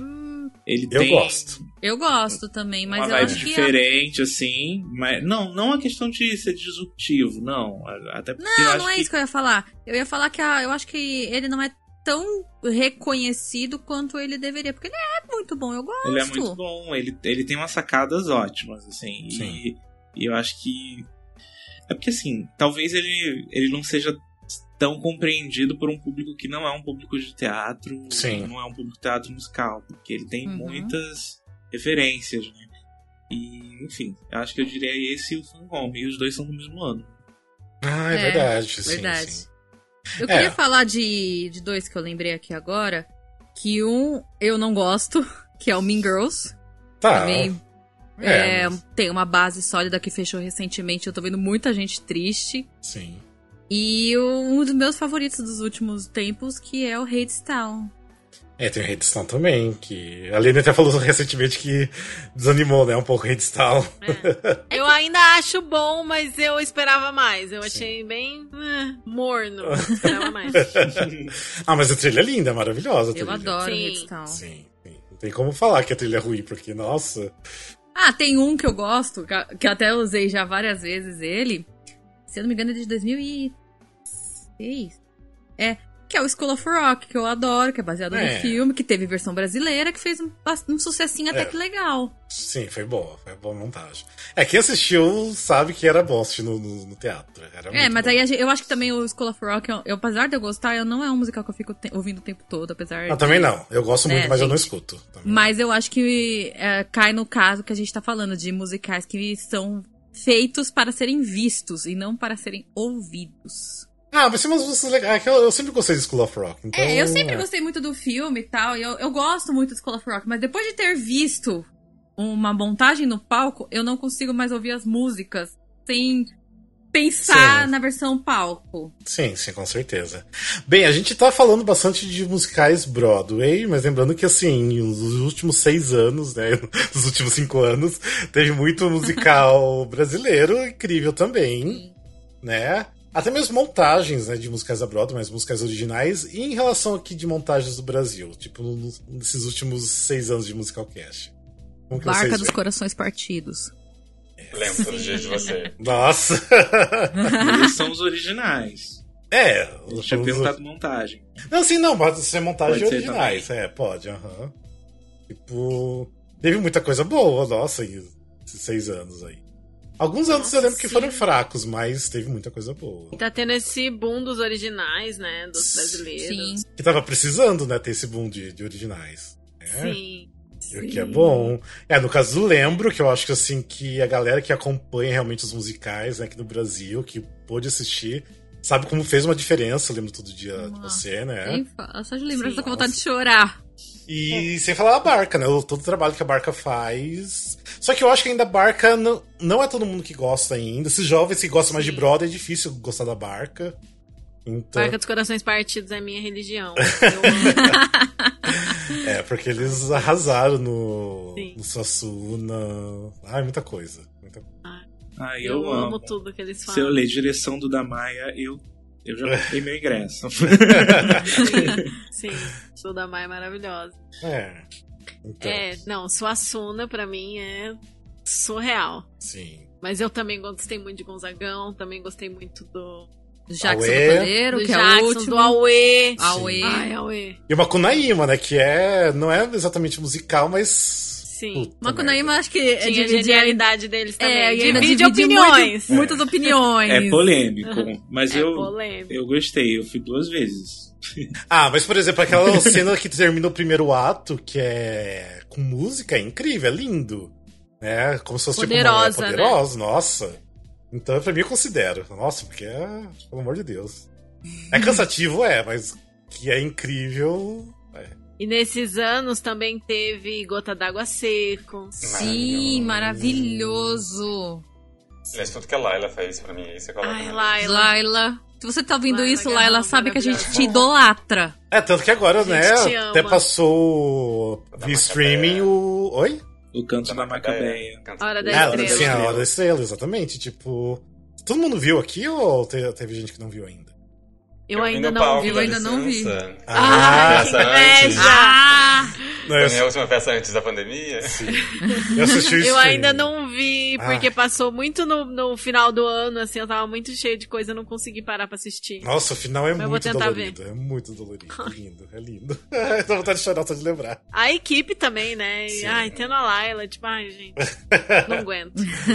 ele eu tem... gosto. Eu gosto também, mas uma eu vibe acho que... diferente, assim, mas não a questão de ser disruptivo, não. Até porque não é isso que eu ia falar. Eu ia falar que eu acho que ele não é tão reconhecido quanto ele deveria. Porque ele é muito bom, eu gosto. Ele é muito bom, ele tem umas sacadas ótimas, assim. E eu acho que... É porque, assim, talvez ele não seja tão compreendido por um público que não é um público de teatro. Sim. Não é um público de teatro musical. Porque ele tem muitas referências, né? E, enfim, eu acho que eu diria esse e o Fun Home. E os dois são do mesmo ano. Ah, é verdade. Verdade. Sim. Eu queria falar de dois que eu lembrei aqui agora. Que eu não gosto, que é o Mean Girls. Tá. Também tem uma base sólida que fechou recentemente. Eu tô vendo muita gente triste. Sim. E um dos meus favoritos dos últimos tempos, que é o Hadestown. Tem o Hadestown também, que a Lene até falou recentemente que desanimou, né, um pouco o Hadestown. Eu ainda acho bom, mas eu esperava mais. Eu achei bem morno. Eu esperava mais. Mas a trilha é linda, é maravilhosa. Eu adoro o Hadestown. Sim. Não tem como falar que a trilha é ruim, porque, nossa... Tem um que eu gosto, que eu até usei já várias vezes ele. Se eu não me engano, é de 2006. Que é o School of Rock, que eu adoro, que é baseado no filme, que teve versão brasileira, que fez um sucessinho até que legal. Sim, foi boa montagem. Quem assistiu sabe que era bom assistir no teatro. Era mas bom. aí eu acho que também o School of Rock, apesar de eu gostar, não é um musical que eu fico ouvindo o tempo todo, apesar de... Também não. Eu gosto muito, mas eu não escuto. Também. Mas eu acho que cai no caso que a gente tá falando, de musicais que são feitos para serem vistos e não para serem ouvidos. Mas tem umas músicas legais. Eu sempre gostei de School of Rock. Então, eu sempre gostei muito do filme e tal. E eu gosto muito de School of Rock. Mas depois de ter visto uma montagem no palco, eu não consigo mais ouvir as músicas sem pensar na versão palco. Sim, com certeza. Bem, a gente tá falando bastante de musicais Broadway, mas lembrando que, assim, nos últimos 6 anos, né, nos últimos 5 anos, teve muito musical brasileiro incrível também, né? Até mesmo montagens, né, de musicais da Broadway, mas musicais originais, e em relação aqui de montagens do Brasil, tipo, nesses últimos 6 anos de Musicalcast. Barca dos Corações Partidos. Lembro todo dia de você. Nossa! Eles são os originais. Eu tinha perguntado montagem. Não, pode ser montagem originais. Pode, Tipo, teve muita coisa boa, nossa, esses 6 anos aí. Alguns anos eu lembro que foram fracos, mas teve muita coisa boa. Tá tendo esse boom dos originais, né? Dos brasileiros. Sim. Que tava precisando, né, ter esse boom de originais. Sim. O que é bom. No caso do Lembro, que eu acho que assim, que a galera que acompanha realmente os musicais, né, aqui no Brasil, que pôde assistir, sabe como fez uma diferença, eu lembro todo dia de você, né? Só de lembrar, eu tô com vontade de chorar. E sem falar a Barca, né? Todo o trabalho que a Barca faz. Só que eu acho que ainda a Barca não é todo mundo que gosta ainda. Esses jovens que gostam mais de Broadway, é difícil gostar da Barca. Então... Barca dos Corações Partidos é minha religião. Porque eles arrasaram no Suassuna. Muita coisa. Eu amo tudo que eles falam. Se eu ler direção do Damaia, eu já comprei meu ingresso. Sim, o da Maia é maravilhosa. Então. Suassuna pra mim é surreal. Sim. Mas eu também gostei muito de Gonzagão, também gostei muito do Jackson do Pandeiro, que Jackson, é o último. do Aue. Aue. E o Macunaíma, né? Que não é exatamente musical, mas... Sim. Macunaíma acho que é de genialidade deles também. Divide opiniões. Muitas opiniões. É polêmico, mas polêmico. Eu gostei, eu fui 2 vezes. Mas por exemplo, aquela cena que termina o primeiro ato, que é com música, é incrível, é lindo. Né? Como se fosse poderosa, tipo, poderosa, né? Nossa. Então, pra mim, eu considero. Nossa, porque pelo amor de Deus. É cansativo, mas que é incrível. E nesses anos também teve Gota d'Água Seco. Sim, maravilhoso. Aliás, tudo que a Laila fez pra mim, você coloca. Laila. Se você tá ouvindo isso, Laila sabe que a gente te idolatra. Tanto que agora, né, até passou via streaming o... Oi? O Canto da Macabeia. A Hora da Estrela. Sim, a Hora da Estrela, exatamente. Tipo, todo mundo viu aqui ou teve gente que não viu ainda? Eu ainda não vi. Eu ainda não vi. Que inveja! Foi minha última peça antes da pandemia. Sim. Eu assisti isso. Eu ainda não vi, porque passou muito no final do ano, assim, eu tava muito cheio de coisa, eu não consegui parar pra assistir. Nossa, o final é Mas muito dolorido. ver. É muito dolorido. É lindo, é lindo. Dá vontade de chorar só de lembrar. A equipe também, né? Sim. Ai, tendo a Laila, tipo, ai, gente. Não aguento.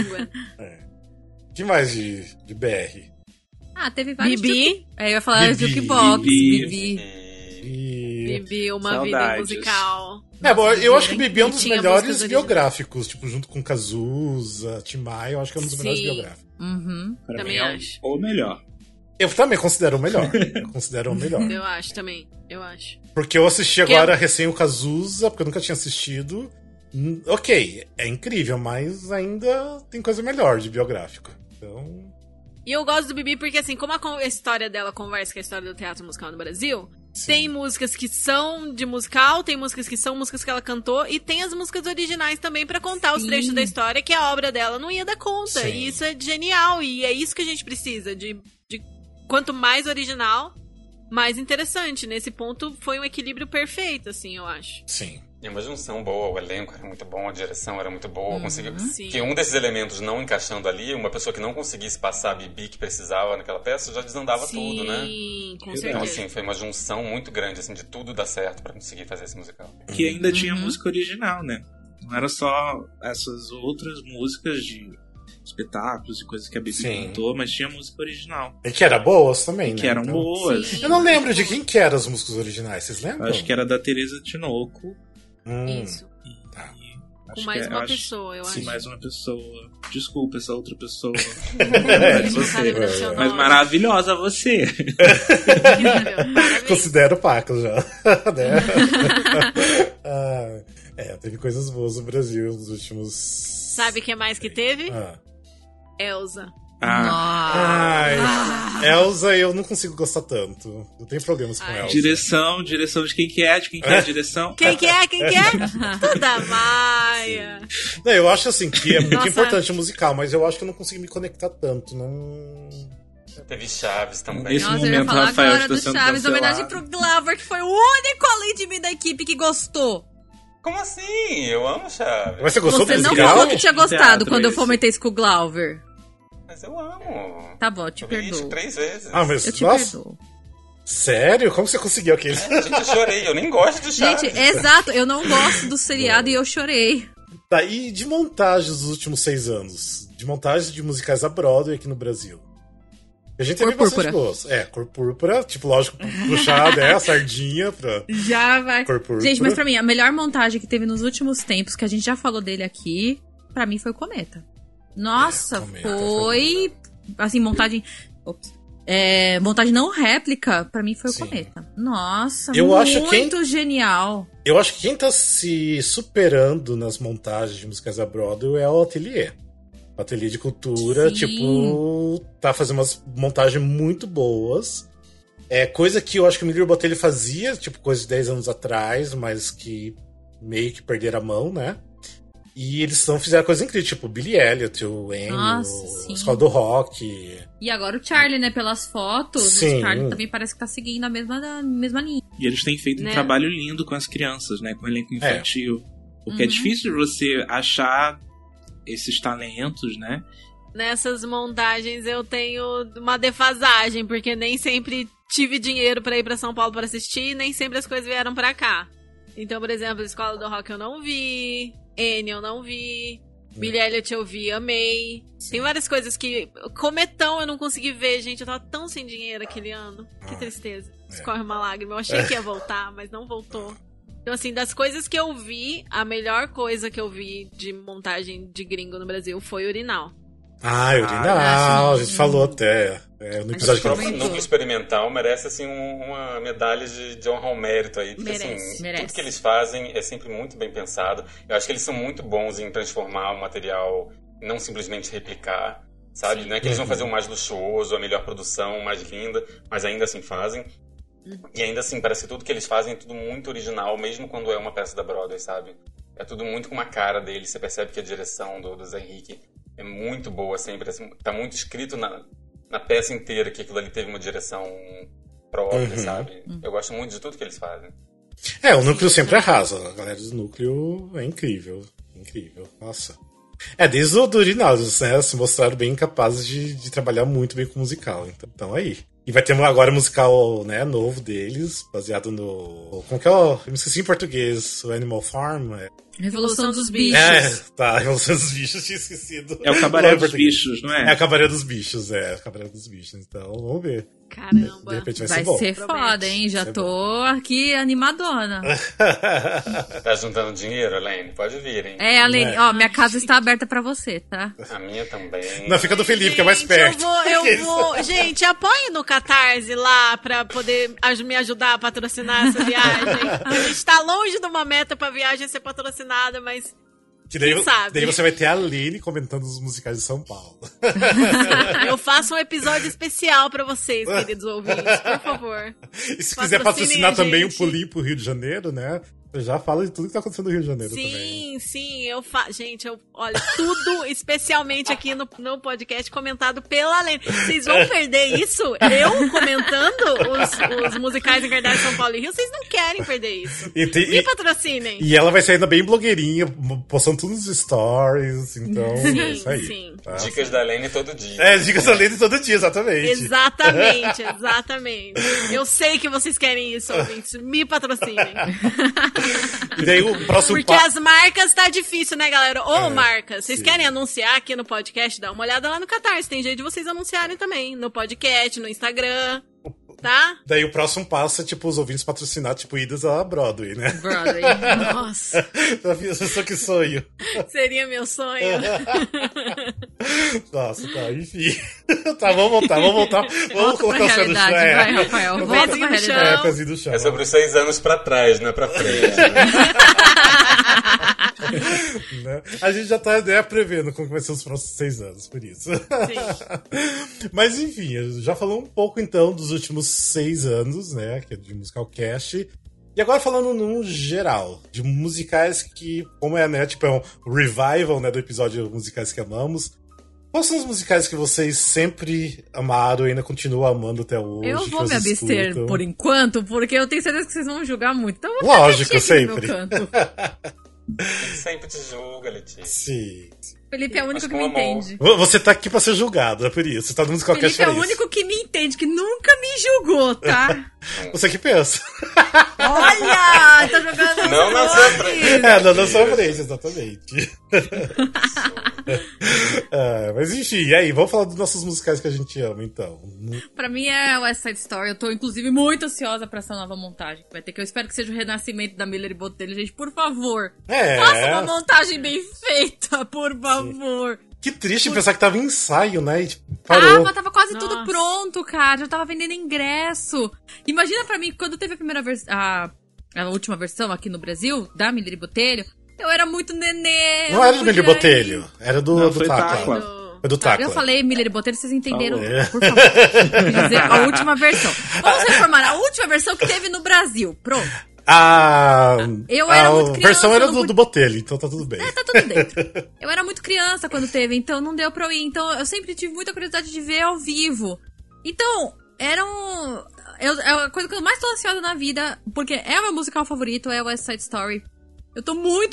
O que mais de BR? Teve vários. Bibi. Eu ia falar Bibi. Jukebox. E... Bibi, uma Saudades. vida musical. Bom, eu acho que o Bibi é um dos tinha melhores músicas biográficos, tipo, junto com Cazuza, Tim Maia, eu acho que é um dos melhores biográficos. Uhum. Pra Também mim acho. o melhor. Eu também considero o melhor. Considero o melhor. Eu acho também, eu acho. Porque eu assisti agora recém o Cazuza, porque eu nunca tinha assistido. Ok, é incrível, mas ainda tem coisa melhor de biográfico. Então... E eu gosto do Bibi porque, assim, como a história dela conversa com a história do teatro musical no Brasil, Sim. tem músicas que são de musical, tem músicas que são músicas que ela cantou, e tem as músicas originais também pra contar os trechos da história que a obra dela não ia dar conta. Sim. E isso é genial, e é isso que a gente precisa, de quanto mais original, mais interessante. Nesse ponto, foi um equilíbrio perfeito, assim, eu acho. Sim. E uma junção boa, o elenco era muito bom, a direção era muito boa. Conseguiu... Sim. Que um desses elementos não encaixando ali, uma pessoa que não conseguisse passar a Bibi que precisava naquela peça, já desandava tudo, né? Sim, com Então, certeza. assim, foi uma junção muito grande, assim, de tudo dar certo pra conseguir fazer esse musical. Que ainda tinha música original, né? Não era só essas outras músicas de espetáculos e coisas que a Bibi cantou, mas tinha música original. E que eram boas também, né? Que eram Então... boas. Sim. Eu não lembro de quem que eram as músicas originais, vocês lembram? Acho que era da Teresa Tinoco. Isso. E Com mais uma pessoa, eu Sim, acho. mais uma pessoa. Desculpa, essa outra pessoa. A gente não tá lembrando seu Mas nome. maravilhosa você. Parabéns. Considero Paco já. Né? Teve coisas boas no Brasil nos últimos... Sabe o que mais que teve? Elsa. Elsa eu não consigo gostar tanto. Eu tenho problemas com Elsa. Direção de quem que é? De quem que é a direção? Quem que é? Toda Maia. Não, eu acho assim que é muito Nossa. importante o musical, mas eu acho que eu não consigo me conectar tanto. Não... Teve Chaves também. Nesse Nossa, eu ia momento, falar Rafael agora está do sendo Chaves, cancelado. homenagem pro Glauber, que foi o único além de mim da equipe que gostou. Como assim? Eu amo Chaves. Mas você gostou Você do não musical? falou que tinha gostado Teatro quando eu esse. fomentei isso com o Glauber. Mas eu amo. Tá bom, eu te Eu vi isso perdoo. 3 vezes. Mas Eu te nossa, perdoo. sério? Como você conseguiu aquele? Gente, eu chorei. Eu nem gosto de Chaves. Gente, exato, eu não gosto do seriado e eu chorei. Tá, e de montagens dos últimos 6 anos? De montagens de musicais da Broadway aqui no Brasil? A gente teve Cor bastante Púrpura. gosto. Cor Púrpura, tipo, lógico, puxar, né, a sardinha pra Já vai. Cor Púrpura. Gente, mas pra mim, a melhor montagem que teve nos últimos tempos, que a gente já falou dele aqui, pra mim foi o Cometa. Nossa, Cometa foi... Assim, montagem... Ops. Montagem não réplica, pra mim foi o Sim. Cometa. Nossa, Eu acho muito genial. Eu acho que quem tá se superando nas montagens de musicais da Broadway é o Ateliê. O Ateliê de Cultura, Sim. tipo, tá fazendo umas montagens muito boas. É coisa que eu acho que o Emílio Botelho fazia, tipo, coisa de 10 anos atrás, mas que meio que perderam a mão, né? E eles fizeram coisa incrível, tipo, Billy Elliot, o Ennio, Nossa, sim. a Escola do Rock. E agora o Charlie, né, pelas fotos, Sim. o Charlie também parece que tá seguindo a mesma linha. E eles têm feito um Né? trabalho lindo com as crianças, né? Com o elenco infantil. Porque é difícil você achar esses talentos, né? Nessas montagens eu tenho uma defasagem, porque nem sempre tive dinheiro pra ir pra São Paulo pra assistir, nem sempre as coisas vieram pra cá. Então, por exemplo, a Escola do Rock eu não vi, Annie eu não vi, Billy Elliot eu vi, amei. Tem várias coisas que... Cometão eu não consegui ver, gente, eu tava tão sem dinheiro aquele ano. Que tristeza. Escorre uma lágrima. Eu achei que ia voltar, mas não voltou. Então, assim, das coisas que eu vi, a melhor coisa que eu vi de montagem de gringo no Brasil foi Urinal. Urinal, a gente falou até no episódio que O eu próprio núcleo experimental merece, assim, uma medalha de honra ao mérito aí. Porque, assim, Merece. tudo que eles fazem é sempre muito bem pensado. Eu acho que eles são muito bons em transformar o material, não simplesmente replicar, sabe? Não é que eles vão fazer o mais luxuoso, a melhor produção, o mais linda, mas ainda assim fazem. E ainda assim, parece que tudo que eles fazem é tudo muito original, mesmo quando é uma peça da Broadway, sabe? É tudo muito com uma cara deles. Você percebe que a direção do Zé Henrique é muito boa sempre. Assim, tá muito escrito na peça inteira que aquilo ali teve uma direção própria, sabe? Eu gosto muito de tudo que eles fazem. O núcleo sempre arrasa. A galera do núcleo é incrível. Incrível. Nossa. Desde o do Rinaldos, né? Se mostraram bem capazes de trabalhar muito bem com o musical. Então aí. E vai ter agora um musical, né, novo deles, baseado no... Como que é? Eu me esqueci em português. O Animal Farm. Revolução dos Bichos. Revolução dos Bichos, tinha esquecido. É o Cabaré dos Bichos, não é? É o Cabaré dos Bichos, o Cabaré dos Bichos. Então, vamos ver. Caramba. De repente vai ser bom. Vai ser foda, hein? Já tô aqui animadona. Tá juntando dinheiro, Elaine? Pode vir, hein? Elaine, minha casa está aberta pra você, tá? A minha também. Não, fica do Felipe, que é mais perto. Eu vou. Gente, apoie no Catarse lá pra poder me ajudar a patrocinar essa viagem. A gente tá longe de uma meta pra viagem ser patrocinada, mas... Que daí você vai ter a Aline comentando os musicais de São Paulo. Eu faço um episódio especial pra vocês, queridos ouvintes, por favor. E se quiser patrocinar também um pulinho pro Rio de Janeiro, né? Eu já falo de tudo que tá acontecendo no Rio de Janeiro também. Sim, Gente, olha, tudo especialmente aqui no podcast comentado pela Aline. Vocês vão perder isso? Eu comentando os musicais encarnados de São Paulo e Rio? Vocês não querem perder isso. Me patrocinem. E ela vai sair ainda bem blogueirinha, postando tudo nos stories, então é isso aí. Sim. Tá? Dicas da Aline todo dia. Dicas da Aline todo dia, exatamente. Exatamente. Eu sei que vocês querem isso, ouvintes. Me patrocinem. E daí o próximo Porque as marcas tá difícil, né, galera? Marcas, vocês querem anunciar aqui no podcast? Dá uma olhada lá no Catarse. Tem jeito de vocês anunciarem também. No podcast, no Instagram. Tá? Daí o próximo passo é, os ouvintes patrocinar, idas a Broadway, né? Broadway. Nossa. Só que sonho. Seria meu sonho. Nossa, tá, enfim. Tá, vamos voltar. Vamos colocar o céu no chão. Vai, Rafael. Volta pra realidade. Pezinho no chão. É sobre os 6 anos pra trás, não é pra frente. Né? A gente já tá prevendo como vai ser os próximos 6 anos, por isso. Sim. Mas enfim, já falou um pouco então dos últimos 6 anos, né? Que é de Musical Cast. E agora falando no geral, de musicais que, como é, né? É um revival, né? Do episódio Musicais que Amamos. Quais são os musicais que vocês sempre amaram e ainda continuam amando até hoje? Eu vou me abster por enquanto, porque eu tenho certeza que vocês vão julgar muito. Então eu vou lógico, sempre. Sempre te julga, Letícia. Sim. Felipe é o único que me entende. Você tá aqui pra ser julgado, é por isso. Você tá no Musical Cast. Felipe é o único que me entende, que nunca me julgou, tá? Você que pensa. Olha! Tá jogando não na sua frente. Não na sua frente, exatamente. Mas enfim, e aí? Vamos falar dos nossos musicais que a gente ama, então. Pra mim é West Side Story. Eu tô, inclusive, muito ansiosa pra essa nova montagem que vai ter. Que eu espero que seja o renascimento da Miller e Botelho. Gente, por favor. Faça uma montagem bem feita, por favor. Que triste pensar que tava em ensaio, né? E parou. Tava quase tudo pronto, cara. Já tava vendendo ingresso. Imagina pra mim, quando teve a primeira versão, a última versão aqui no Brasil, da Miller e Botelho, eu era muito nenê. Não era do Miller e Botelho, era do Tacla. Foi do Tacla. Eu falei Miller e Botelho, vocês entenderam? Por favor. Quer dizer, a última versão. Vamos reformar a última versão que teve no Brasil. Pronto. Eu era muito criança. A versão era do Botelho, então tá tudo bem. Tá tudo dentro. Eu era muito criança quando teve, então não deu pra eu ir. Então eu sempre tive muita curiosidade de ver ao vivo. Então, era a coisa que eu mais tô ansiosa na vida, porque é o meu musical favorito, é o West Side Story. Eu tô muito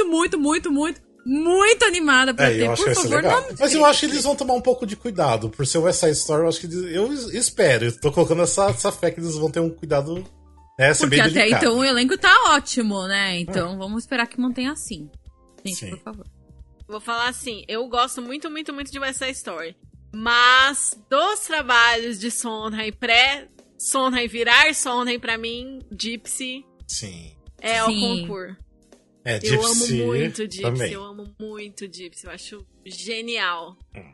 animada pra ter, por favor, não. Mas eu acho que eles vão tomar um pouco de cuidado. Por ser o West Side Story, eu acho que eu espero. Eu tô colocando essa fé que eles vão ter um cuidado. Porque até então o elenco tá ótimo, né? Então vamos esperar que mantenha assim. Gente, por favor. Vou falar assim, eu gosto muito de West Side Story. Mas dos trabalhos de Sondheim, pré-Sondheim virar Sondheim, pra mim, Gypsy é o concurso. Eu amo muito Gypsy, também. Eu amo muito Gypsy, eu acho genial.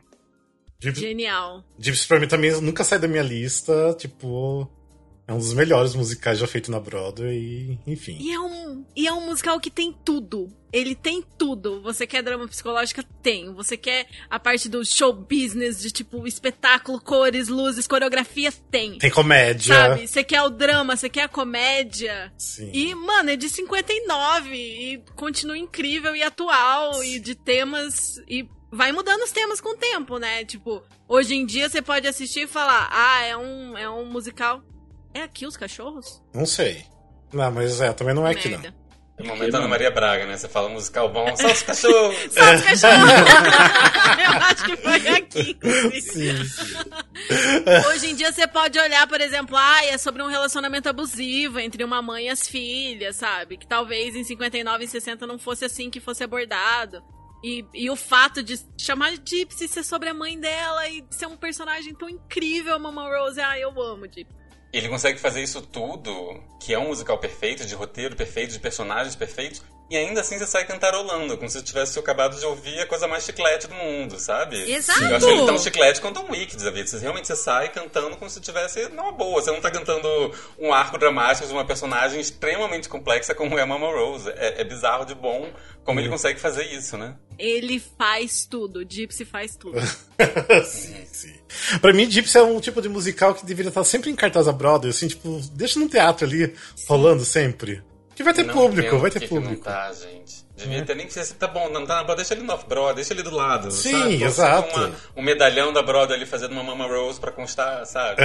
Genial. Gypsy pra mim também nunca sai da minha lista, é um dos melhores musicais já feito na Broadway, enfim. E é um musical que tem tudo. Ele tem tudo. Você quer drama psicológica? Tem. Você quer a parte do show business, de espetáculo, cores, luzes, coreografia? Tem. Tem comédia. Sabe? Você quer o drama, você quer a comédia. Sim. E, mano, é de 59 e continua incrível e atual e de temas... E vai mudando os temas com o tempo, né? Hoje em dia você pode assistir e falar, é um musical... É aqui os cachorros? Não sei. Não, mas também não é aqui, não. É o momento Ana Maria Braga, né? Você fala musical bom, só os cachorros! Só os cachorros! Eu acho que foi aqui, inclusive. Sim. Hoje em dia você pode olhar, por exemplo, é sobre um relacionamento abusivo entre uma mãe e as filhas, sabe? Que talvez em 59 e 60 não fosse assim que fosse abordado. E o fato de chamar Gypsy ser sobre a mãe dela e ser um personagem tão incrível, a Mama Rose, eu amo Gypsy. Ele consegue fazer isso tudo, que é um musical perfeito, de roteiro perfeito, de personagens perfeitos, e ainda assim você sai cantarolando, como se tivesse acabado de ouvir a coisa mais chiclete do mundo, sabe? Exato! Eu acho ele tão chiclete quanto um Wicked, sabe? Você sai cantando como se tivesse numa boa. Você não tá cantando um arco dramático de uma personagem extremamente complexa como é a Mama Rose. É bizarro de bom como ele consegue fazer isso, né? Ele faz tudo, Gypsy faz tudo. Sim. Pra mim, Gypsy é um tipo de musical que deveria estar sempre em cartaz a Broadway, assim, tipo, deixa no teatro ali, rolando sempre. Que vai ter público, vai ter público. Não tá, gente. Devia ter nem que ser. Tá bom, não tá na Broadway, deixa ele no off-Broadway, deixa ele do lado. Sim, sabe? exato. Um medalhão da Broadway ali fazendo uma Mama Rose pra constar, sabe?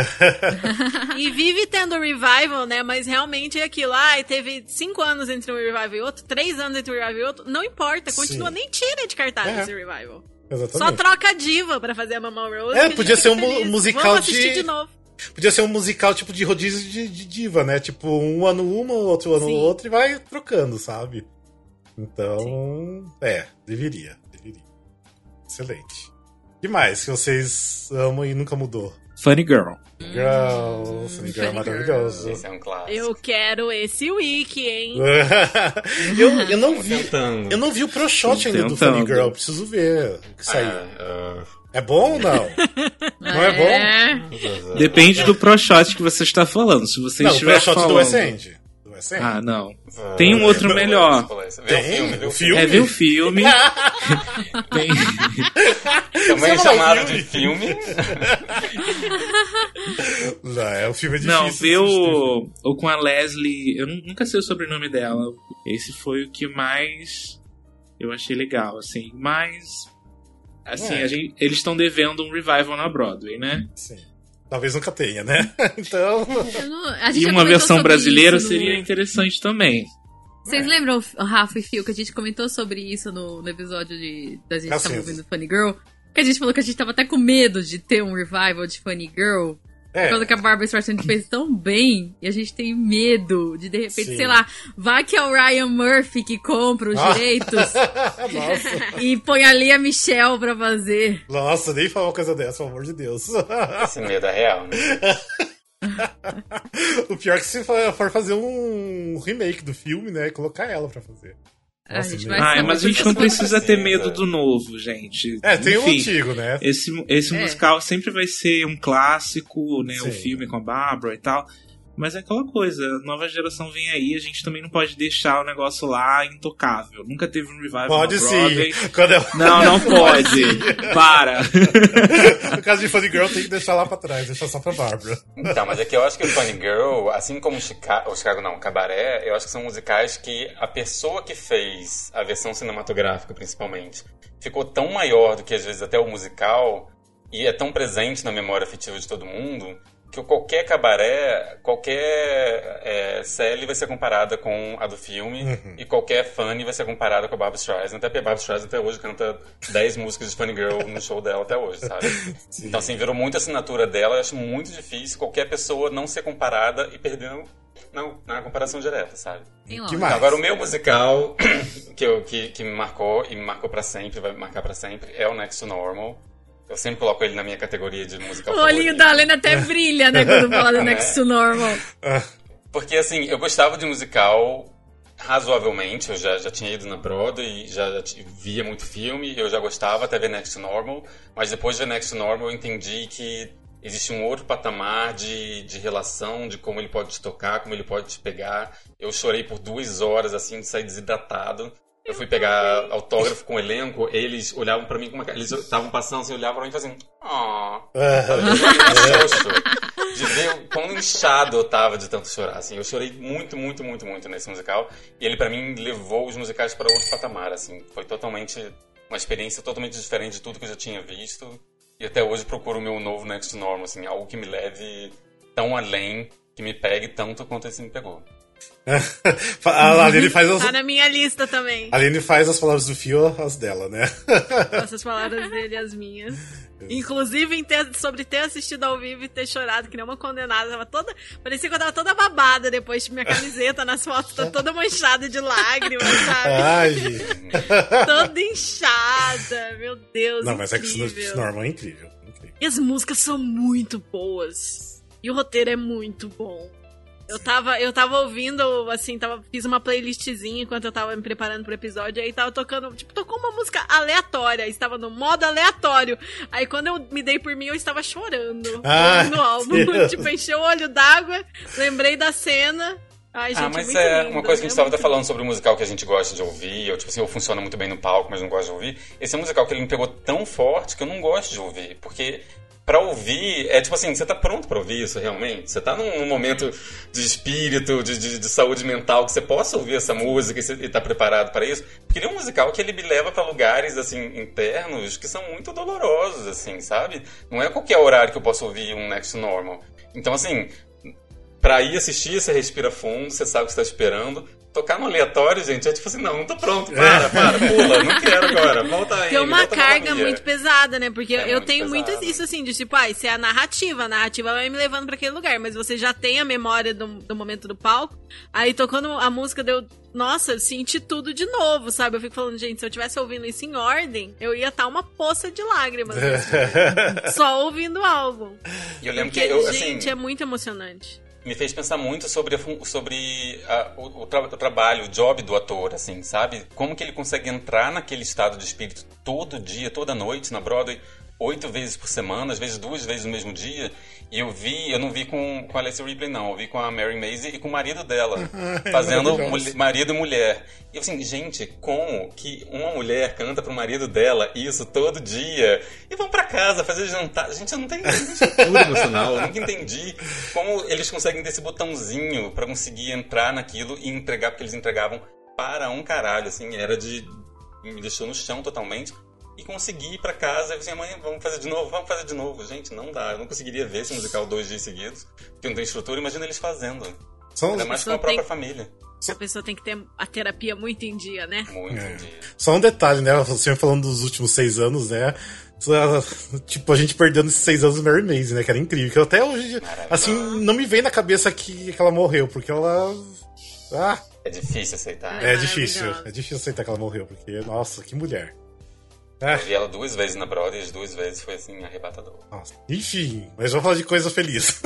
E vive tendo revival, né? Mas realmente é aquilo. Teve 5 anos entre um revival e outro, 3 anos entre um revival e outro. Não importa, continua, nem tira de cartaz esse revival. Exatamente. Só troca a diva pra fazer a Mama Rose. Podia ser um musical Vamos assistir de novo. Podia ser um musical tipo de rodízio de diva, né? Tipo, um ano uma, outro ano outro e vai trocando, sabe? Então, deveria. Excelente. O que mais que vocês amam e nunca mudou? Funny Girl. Funny Girl é maravilhoso. Esse é um clássico. Eu quero esse wiki, hein? eu não vi. Eu não vi o Pro Shot ainda do Funny Girl. Preciso ver o que saiu. É bom ou não? Não é bom? Depende do Pro Shot que você está falando. Se você estiver o Pro Shot falando... do West End. Não. Tem um outro melhor. Vê o filme. Vê o filme. Tem... Também chamado de filme. Não, o filme é difícil. Não, vê o com a Leslie. Eu nunca sei o sobrenome dela. Esse foi o que mais eu achei legal, assim. Mas, assim, eles estão devendo um revival na Broadway, né? Sim. Talvez nunca tenha, né? Então... E uma versão brasileira seria interessante também. Vocês lembram, Rafa e Fio, que a gente comentou sobre isso no episódio da gente tava ouvindo Funny Girl? Que a gente falou que a gente tava até com medo de ter um revival de Funny Girl. Por causa que a Barbra Streisand fez tão bem, e a gente tem medo de repente, sei lá, vai que é o Ryan Murphy que compra os direitos e põe ali a Michelle pra fazer. Nossa, nem fala uma coisa dessa, pelo amor de Deus. Esse medo é real, né? O pior é que se for fazer um remake do filme, né, colocar ela pra fazer. Nossa, mas a gente não precisa ter medo do novo, gente. Tem o antigo, né? Esse musical sempre vai ser um clássico, né? O filme com a Barbra e tal. Mas é aquela coisa, a nova geração vem aí, a gente também não pode deixar o negócio lá intocável. Nunca teve um revival pode na Broadway. Sim. Não pode. Para. No caso de Funny Girl, tem que deixar lá pra trás, deixar só pra Barbra. Então, mas é que eu acho que o Funny Girl, assim como o Cabaré, eu acho que são musicais que a pessoa que fez a versão cinematográfica, principalmente, ficou tão maior do que, às vezes, até o musical, e é tão presente na memória afetiva de todo mundo, que qualquer cabaré, qualquer Sally vai ser comparada com a do filme, e qualquer Funny vai ser comparada com a Barbra Streisand, até porque a Barbra Streisand até hoje canta 10 músicas de Funny Girl no show dela até hoje, sabe? Sim. Então, assim, virou muito a assinatura dela, eu acho muito difícil qualquer pessoa não ser comparada e perder na comparação direta, sabe? Que mais? Agora, o meu musical, que me marcou, e me marcou pra sempre, vai me marcar pra sempre, é o Next to Normal. Eu sempre coloco ele na minha categoria de musical favorito. O olhinho da Lena até brilha, né, quando fala do Next to Normal. Porque, assim, eu gostava de musical razoavelmente. Eu já tinha ido na Broadway, já via muito filme, eu já gostava até ver Next to Normal. Mas depois de ver Next to Normal, eu entendi que existe um outro patamar de relação, de como ele pode te tocar, como ele pode te pegar. Eu chorei por 2 horas, assim, de sair desidratado. Eu fui pegar autógrafo com o elenco, eles olhavam pra mim, eles estavam passando assim, olhavam pra mim e faziam de ver o quão inchado eu tava de tanto chorar, assim. Eu chorei muito, muito, muito, muito nesse musical, e ele pra mim levou os musicais para outro patamar, assim. Foi totalmente, uma experiência totalmente diferente de tudo que eu já tinha visto, e até hoje procuro o meu novo Next Normal, assim, algo que me leve tão além, que me pegue tanto quanto esse me pegou. A Aline faz as... Tá na minha lista também. A Aline faz as palavras do Fio, as dela, né? Essas palavras dele e as minhas. Inclusive sobre ter assistido ao vivo e ter chorado que nem uma condenada. Tava toda... Parecia que eu tava toda babada depois de minha camiseta nas fotos, tá toda manchada de lágrimas, sabe? Ai, toda inchada, meu Deus. Não, mas incrível. é que isso normal é incrível. E as músicas são muito boas. E o roteiro é muito bom. Eu tava ouvindo, assim, fiz uma playlistzinha enquanto eu tava me preparando pro episódio, aí tava tocando, tocou uma música aleatória, estava no modo aleatório. Aí quando eu me dei por mim, eu estava chorando no álbum. Encheu o olho d'água, lembrei da cena. Ai, gente, mas muito é lindo, uma coisa que a gente estava até muito falando sobre o musical que a gente gosta de ouvir, ou tipo assim, ou funciona muito bem no palco, mas não gosta de ouvir. Esse é um musical que ele me pegou tão forte que eu não gosto de ouvir, porque... Pra ouvir, é tipo assim, você tá pronto pra ouvir isso realmente? Você tá num momento de espírito, de saúde mental, que você possa ouvir essa música e tá preparado para isso? Porque ele é um musical que ele me leva pra lugares, assim, internos que são muito dolorosos, assim, sabe? Não é qualquer horário que eu possa ouvir um Next Normal. Então, assim, pra ir assistir, você respira fundo, você sabe o que você tá esperando. Tocar no aleatório, gente, é tipo assim, não tô pronto, pula, não quero agora, volta aí. Tem uma carga muito pesada, né? Porque eu muito tenho muito pesado. isso, assim, de tipo, isso é a narrativa vai me levando pra aquele lugar, mas você já tem a memória do momento do palco, aí tocando a música nossa, eu senti tudo de novo, sabe? Eu fico falando, gente, se eu tivesse ouvindo isso em ordem, eu ia estar uma poça de lágrimas, só ouvindo o álbum. E eu lembro porque, que gente, é muito emocionante. Me fez pensar muito sobre o trabalho, o job do ator, assim, sabe? Como que ele consegue entrar naquele estado de espírito todo dia, toda noite na Broadway, 8 vezes por semana, às vezes 2 vezes no mesmo dia. E eu não vi com a Alessia Ripley, não. Eu vi com a Mary Maisie e com o marido dela, fazendo marido e mulher. E eu assim, gente, como que uma mulher canta pro marido dela isso todo dia? E vão pra casa fazer jantar. Gente, eu não tenho estrutura emocional. Eu nunca entendi como eles conseguem ter esse botãozinho pra conseguir entrar naquilo e entregar, porque eles entregavam para um caralho, assim, me deixou no chão totalmente. E consegui ir pra casa e assim, mãe, vamos fazer de novo. Gente, não dá. Eu não conseguiria ver esse musical 2 dias seguidos, porque não tem estrutura. Imagina eles fazendo. Ainda mais com a própria família. A pessoa tem que ter a terapia muito em dia, né? Muito em dia. Só um detalhe, né? Você falando dos últimos 6 anos, né? Tipo, a gente perdeu nesses 6 anos Mary Maisie, né? Que era incrível. Que até hoje, assim, não me vem na cabeça que ela morreu, porque ela... É difícil aceitar. É difícil aceitar que ela morreu, porque, nossa, que mulher. Eu vi ela 2 vezes na Broadway e as 2 vezes foi assim, arrebatador. Nossa. Enfim, mas vamos falar de coisa feliz.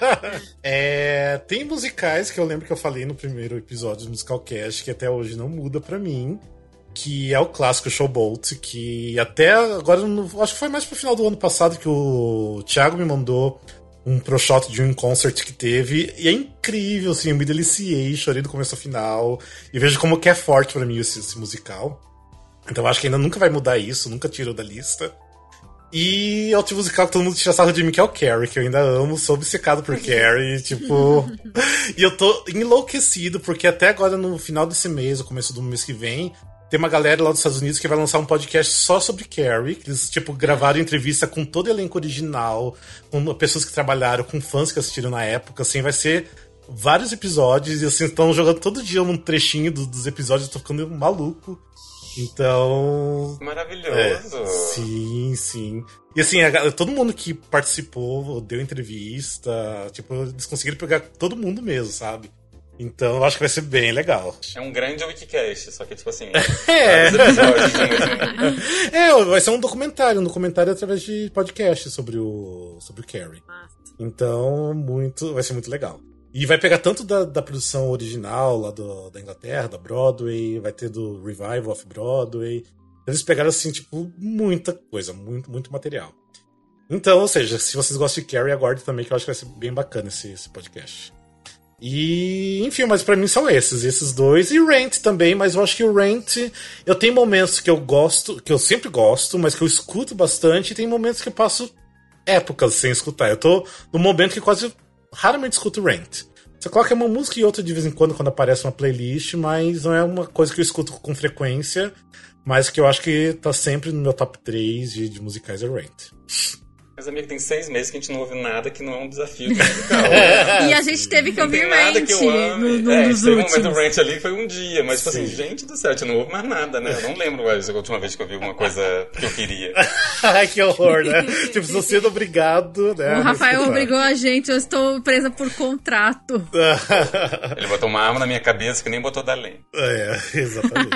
Tem musicais que eu lembro que eu falei no primeiro episódio do Musicalcast, que até hoje não muda pra mim, que é o clássico Showboat, que até agora, acho que foi mais pro final do ano passado que o Thiago me mandou um pro-shot de um concert que teve, e é incrível, assim, eu me deliciei, chorei do começo ao final, e vejo como que é forte pra mim esse musical. Então eu acho que ainda nunca vai mudar isso, nunca tirou da lista. E outro musical que todo mundo tira sarro de mim, que é o Carrie, que eu ainda amo, sou obcecado por Carrie, tipo... E eu tô enlouquecido, porque até agora, no final desse mês, ou começo do mês que vem, tem uma galera lá dos Estados Unidos que vai lançar um podcast só sobre Carrie, que eles, tipo, gravaram entrevista com todo o elenco original, com pessoas que trabalharam, com fãs que assistiram na época, assim, vai ser vários episódios, e assim, estão jogando todo dia um trechinho dos episódios, eu tô ficando maluco. Então... Maravilhoso! Sim. E assim, todo mundo que participou, deu entrevista, tipo, eles conseguiram pegar todo mundo mesmo, sabe? Então eu acho que vai ser bem legal. É um grande Wikicast, só que tipo assim... Vai ser um documentário através de podcast sobre o Carrie. Então, vai ser muito legal. E vai pegar tanto da produção original lá da Inglaterra, da Broadway, vai ter do Revival of Broadway. Eles pegaram, assim, tipo, muita coisa, muito material. Então, ou seja, se vocês gostam de Carrie, aguarde também, que eu acho que vai ser bem bacana esse podcast. E, enfim, mas pra mim são esses dois. E Rent também, mas eu acho que o Rent... Eu tenho momentos que eu gosto, que eu sempre gosto, mas que eu escuto bastante, e tem momentos que eu passo épocas sem escutar. Eu tô num momento que quase... raramente escuto Rent. Você coloca uma música e outra de vez em quando aparece uma playlist, mas não é uma coisa que eu escuto com frequência, mas que eu acho que tá sempre no meu top 3 de musicais é Rent. Mas, amigo, tem 6 meses que a gente não ouve nada que não é um desafio musical. E a gente teve que ouvir nada Rant que eu ame. nos teve um últimos. momento do Rant ali que foi um dia, mas, tipo assim, gente do céu, eu não ouvo mais nada, né? Eu não lembro mais a última vez que eu ouvi alguma coisa que eu queria. Ai, que horror, né? Tipo, estou sendo obrigado, né? O Rafael obrigou a gente, eu estou presa por contrato. Ele botou uma arma na minha cabeça que nem botou da Lene. Exatamente.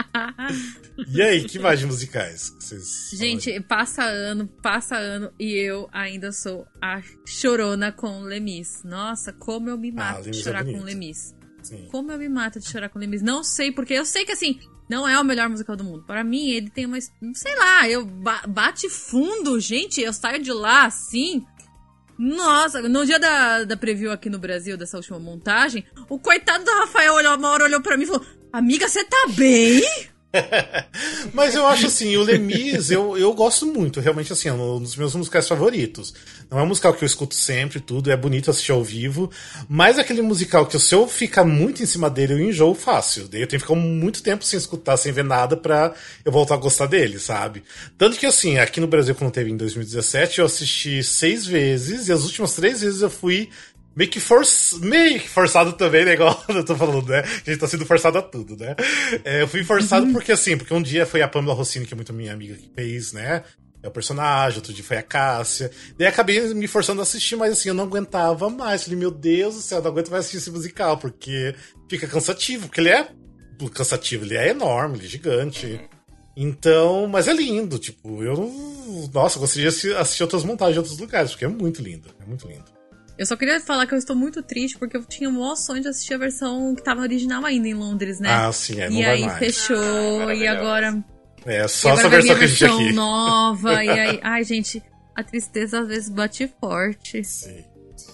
E aí, que mais de musicais? Que vocês Gente, passa ano e eu ainda sou a chorona com Lemis. Nossa, como eu me mato de chorar com Lemis. Sim. Como eu me mato de chorar com Lemis. Não sei, porque eu sei que, assim, não é o melhor musical do mundo. Para mim, ele tem uma... Sei lá, eu bate fundo, gente. Eu saio de lá, assim... Nossa, no dia da preview aqui no Brasil, dessa última montagem, o coitado do Rafael uma hora olhou pra mim e falou: amiga, você tá bem? Mas eu acho assim, o Lemis, eu gosto muito, realmente assim, é um dos meus musicais favoritos. Não é um musical que eu escuto sempre, tudo, é bonito assistir ao vivo, mas aquele musical que se eu ficar muito em cima dele, eu enjoo fácil. Daí eu tenho que ficar muito tempo sem escutar, sem ver nada, pra eu voltar a gostar dele, sabe? Tanto que assim, aqui no Brasil, quando teve em 2017, eu assisti 6 vezes, e as últimas 3 vezes eu fui meio que forçado também, né? Igual eu tô falando, né? A gente tá sendo forçado a tudo, né? Eu fui forçado porque um dia foi a Pamela Rossini, que é muito minha amiga, que fez, né? É o personagem, outro dia foi a Cássia. Daí acabei me forçando a assistir, mas assim, eu não aguentava mais. Falei, meu Deus do céu, eu não aguento mais assistir esse musical, porque fica cansativo, porque ele é cansativo, ele é enorme, ele é gigante. Então, mas é lindo, tipo, nossa, eu gostaria de assistir outras montagens de outros lugares, porque é muito lindo, é muito lindo. Eu só queria falar que eu estou muito triste porque eu tinha o maior sonho de assistir a versão que tava original ainda em Londres, né? Ah, sim, não e vai aí mais. fechou, e agora... Só essa versão que a gente aqui. nova, e aí... Ai, gente, a tristeza às vezes bate forte. Sim.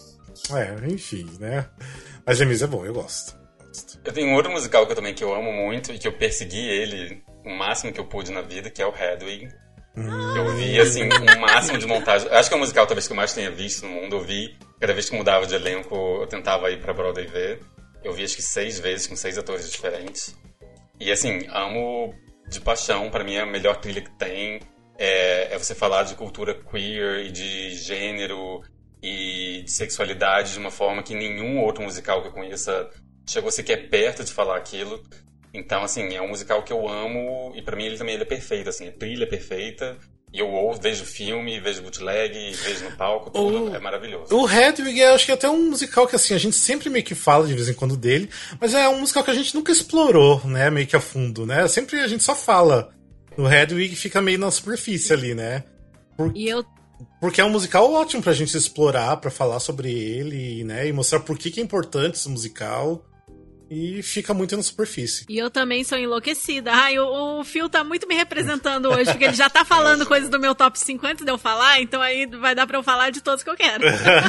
Enfim, né? Mas Lemis é bom, eu gosto. Eu tenho um outro musical que eu amo muito e que eu persegui ele o máximo que eu pude na vida, que é o Hedwig. Eu vi, assim, o máximo de montagem. Eu acho que é o musical talvez que eu mais tenha visto no mundo. Eu vi, cada vez que mudava de elenco, eu tentava ir pra Broadway ver. Eu vi acho que 6 vezes, com 6 atores diferentes. E assim, amo de paixão. Pra mim é a melhor trilha que tem. É você falar de cultura queer e de gênero e de sexualidade de uma forma que nenhum outro musical que eu conheça chegou sequer perto de falar aquilo. Então, assim, é um musical que eu amo e pra mim ele é perfeito, assim, a trilha é perfeita e eu vejo filme, vejo bootleg, vejo no palco, tudo é maravilhoso. O Hedwig, eu acho que é até um musical que, assim, a gente sempre meio que fala de vez em quando dele, mas é um musical que a gente nunca explorou, né, meio que a fundo, né, sempre a gente só fala no Hedwig e fica meio na superfície ali, né. Porque é um musical ótimo pra gente explorar, pra falar sobre ele, né, e mostrar por que é importante esse musical. E fica muito na superfície. E eu também sou enlouquecida. Ai, o Phil tá muito me representando hoje, porque ele já tá falando coisas do meu top 50 de eu falar, então aí vai dar pra eu falar de todos que eu quero.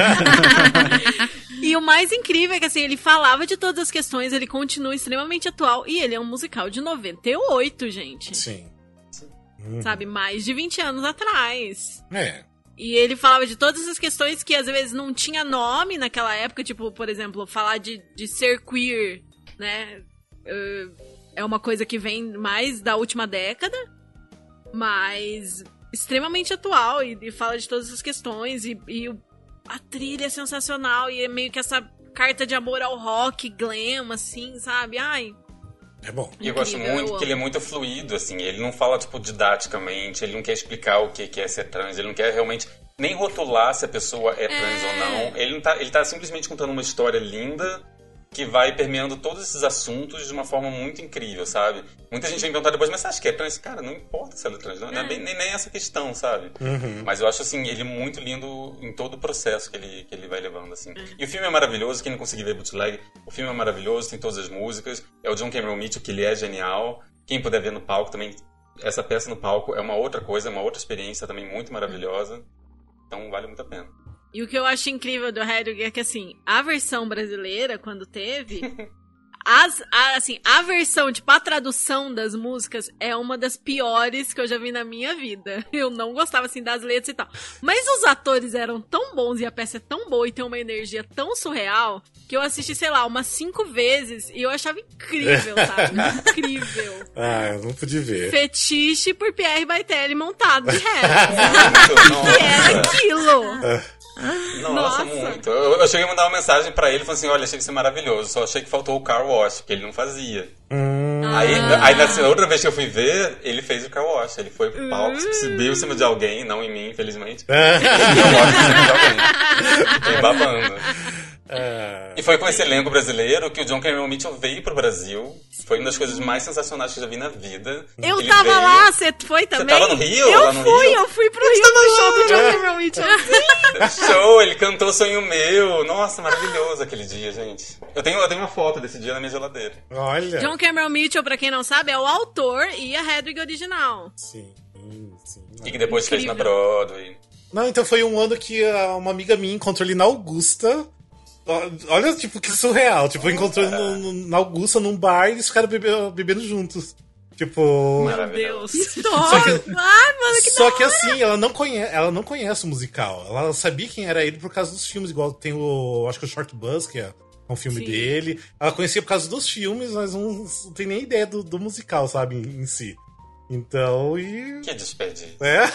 E o mais incrível é que, assim, ele falava de todas as questões, ele continua extremamente atual, e ele é um musical de 98, gente. Sim. Sabe, mais de 20 anos atrás. E ele falava de todas as questões que às vezes não tinha nome naquela época, tipo, por exemplo, falar de ser queer, né? É uma coisa que vem mais da última década, mas extremamente atual e fala de todas as questões e a trilha é sensacional e é meio que essa carta de amor ao rock, glam, assim, sabe? Ai... É bom. E eu gosto muito que ele é muito fluido, assim. Ele não fala, tipo, didaticamente. Ele não quer explicar o que é ser trans. Ele não quer realmente nem rotular se a pessoa é trans ou não. Ele tá simplesmente contando uma história linda que vai permeando todos esses assuntos de uma forma muito incrível, sabe? Muita gente vem perguntar depois, mas você acha que é trans? Cara, não importa se ela é trans. Não é nem essa questão, sabe? Mas eu acho, assim, ele muito lindo em todo o processo que ele vai levando, assim. E o filme é maravilhoso. Quem não conseguir ver bootleg, o filme é maravilhoso, tem todas as músicas. É o John Cameron Mitchell, que ele é genial. Quem puder ver no palco também, essa peça no palco é uma outra coisa, é uma outra experiência também muito maravilhosa. Então vale muito a pena. E o que eu acho incrível do Hedwig é que, assim, a versão brasileira, quando teve, assim, a versão, tipo, a tradução das músicas é uma das piores que eu já vi na minha vida. Eu não gostava, assim, das letras e tal. Mas os atores eram tão bons e a peça é tão boa e tem uma energia tão surreal que eu assisti, sei lá, umas 5 vezes e eu achava incrível, sabe? Incrível. Eu não pude ver. Fetiche por Pierre Baitelli montado de rap. Que era aquilo? Nossa, muito. Eu cheguei a mandar uma mensagem pra ele, falando assim, olha, achei que isso é maravilhoso, só achei que faltou o car wash, que ele não fazia. Aí na outra vez que eu fui ver, ele fez o car wash, ele foi pro palco, subiu em cima de alguém, não em mim, infelizmente. Ele fez o car wash em cima de alguém. Fiquei babando. E foi com esse elenco brasileiro que o John Cameron Mitchell veio pro Brasil. Foi uma das coisas mais sensacionais que eu já vi na vida. Eu tava lá, você foi também? Você tava no Rio? Eu fui pro Rio no show do John Cameron Mitchell. Show, ele cantou Sonho Meu. Nossa, maravilhoso aquele dia, gente. Eu tenho uma foto desse dia na minha geladeira. Olha. John Cameron Mitchell, pra quem não sabe, é o autor e a Hedwig original. Sim. E que depois fez na Broadway. Não, então foi um ano que uma amiga minha encontrou ele na Augusta. Olha, tipo, que surreal. Tipo, encontrou ele na Augusta, num bar, e eles ficaram bebendo juntos. Tipo... Meu Deus. Só que assim, ela não conhece o musical. Ela sabia quem era ele por causa dos filmes, igual tem acho que o Short Bus, que é um filme dele. Ela conhecia por causa dos filmes, mas não tem nem ideia do musical, sabe, em si. Então, Que desperdício. né?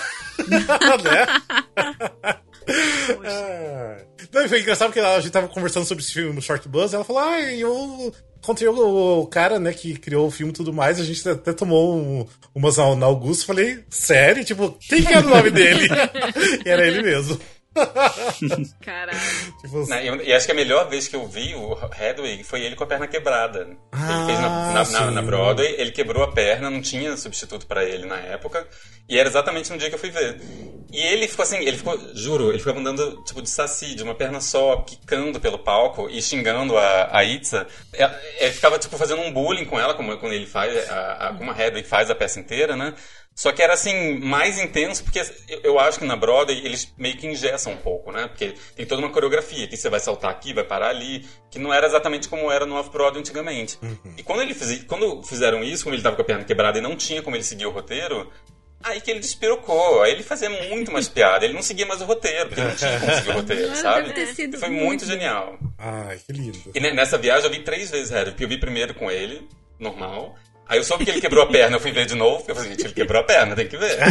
Não, foi engraçado porque a gente tava conversando sobre esse filme no Short Bus, e ela falou, eu encontrei o cara, né, que criou o filme e tudo mais, a gente até tomou umas na Augusta, falei, sério? Tipo, quem que era o nome dele? E era ele mesmo. Caralho. Tipo, E acho que a melhor vez que eu vi o Hedwig foi ele com a perna quebrada. Ele fez na Broadway, ele quebrou a perna, não tinha substituto pra ele na época, e era exatamente no dia que eu fui ver. E ele ficou assim, ele ficava andando tipo de saci, de uma perna só, quicando pelo palco e xingando a Itza. Ele ficava tipo fazendo um bullying com ela, como quando ele faz, como a Hedwig faz a peça inteira, né? Só que era, assim, mais intenso, porque eu acho que na Broadway eles meio que engessam um pouco, né? Porque tem toda uma coreografia, que você vai saltar aqui, vai parar ali, que não era exatamente como era no Off-Broadway antigamente. E quando fizeram isso, como ele tava com a perna quebrada e não tinha como ele seguir o roteiro, aí que ele despirocou, aí ele fazia muito mais piada, ele não seguia mais o roteiro, porque ele não tinha como seguir o roteiro, sabe? E foi muito genial. Ai, que lindo. E nessa viagem eu vi 3 vezes, Hedwig, porque eu vi primeiro com ele, normal. Aí eu soube que ele quebrou a perna, eu fui ver de novo. Eu falei, gente, ele quebrou a perna, tem que ver.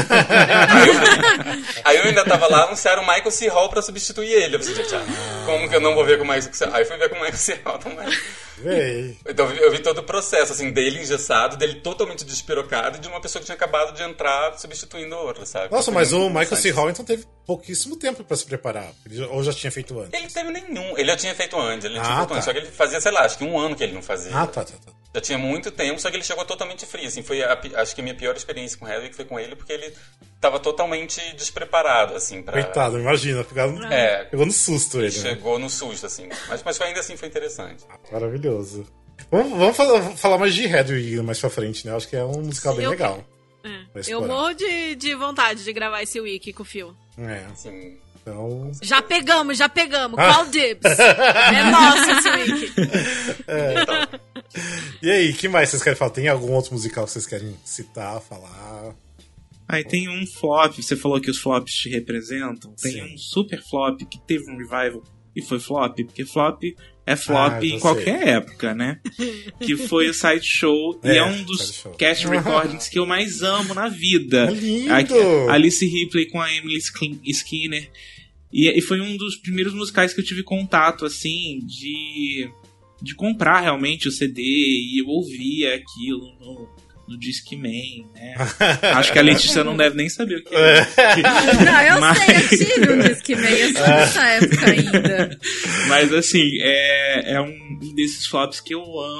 Aí eu ainda tava lá, anunciaram o Michael C. Hall pra substituir ele. Eu falei, gente, como que eu não vou ver com o Michael C. Hall? Aí eu fui ver com o Michael C. Hall também. Então eu vi todo o processo, assim, dele engessado, dele totalmente despirocado, e de uma pessoa que tinha acabado de entrar substituindo outra, sabe? Nossa, mas o Michael C. Hall então teve pouquíssimo tempo pra se preparar. Ou já tinha feito antes? Ele teve nenhum. Ele já tinha feito antes. Só que ele fazia, sei lá, acho que 1 ano que ele não fazia. Tá. Já tinha muito tempo, só que ele chegou totalmente frio, assim, foi acho que a minha pior experiência com o Hedwig foi com ele, porque ele tava totalmente despreparado, assim, pra... Coitado, imagina, pegou no susto ele, chegou no susto, assim, mas ainda assim foi interessante. Maravilhoso. Vamos falar mais de Hedwig mais pra frente, né, acho que é um musical bem legal. Eu morro de vontade de gravar esse wiki com o Phil. Sim. Então... Já pegamos. Qual dibs? É nosso esse wiki. Então. E aí, o que mais vocês querem falar? Tem algum outro musical que vocês querem citar, falar? Aí tem um flop, você falou que os flops te representam. Tem um super flop que teve um revival e foi flop, porque flop é flop em qualquer época, né? Que foi o Sideshow, e é um dos cast recordings que eu mais amo na vida. Lindo! Alice Ripley com a Emily Skinner. E foi um dos primeiros musicais que eu tive contato, assim, de comprar realmente o CD, e eu ouvia aquilo no Discman, né? Acho que a Letícia não deve nem saber o que é. Não, sei, eu tive um Discman, eu sou dessa época ainda. Mas assim, é um desses flops que eu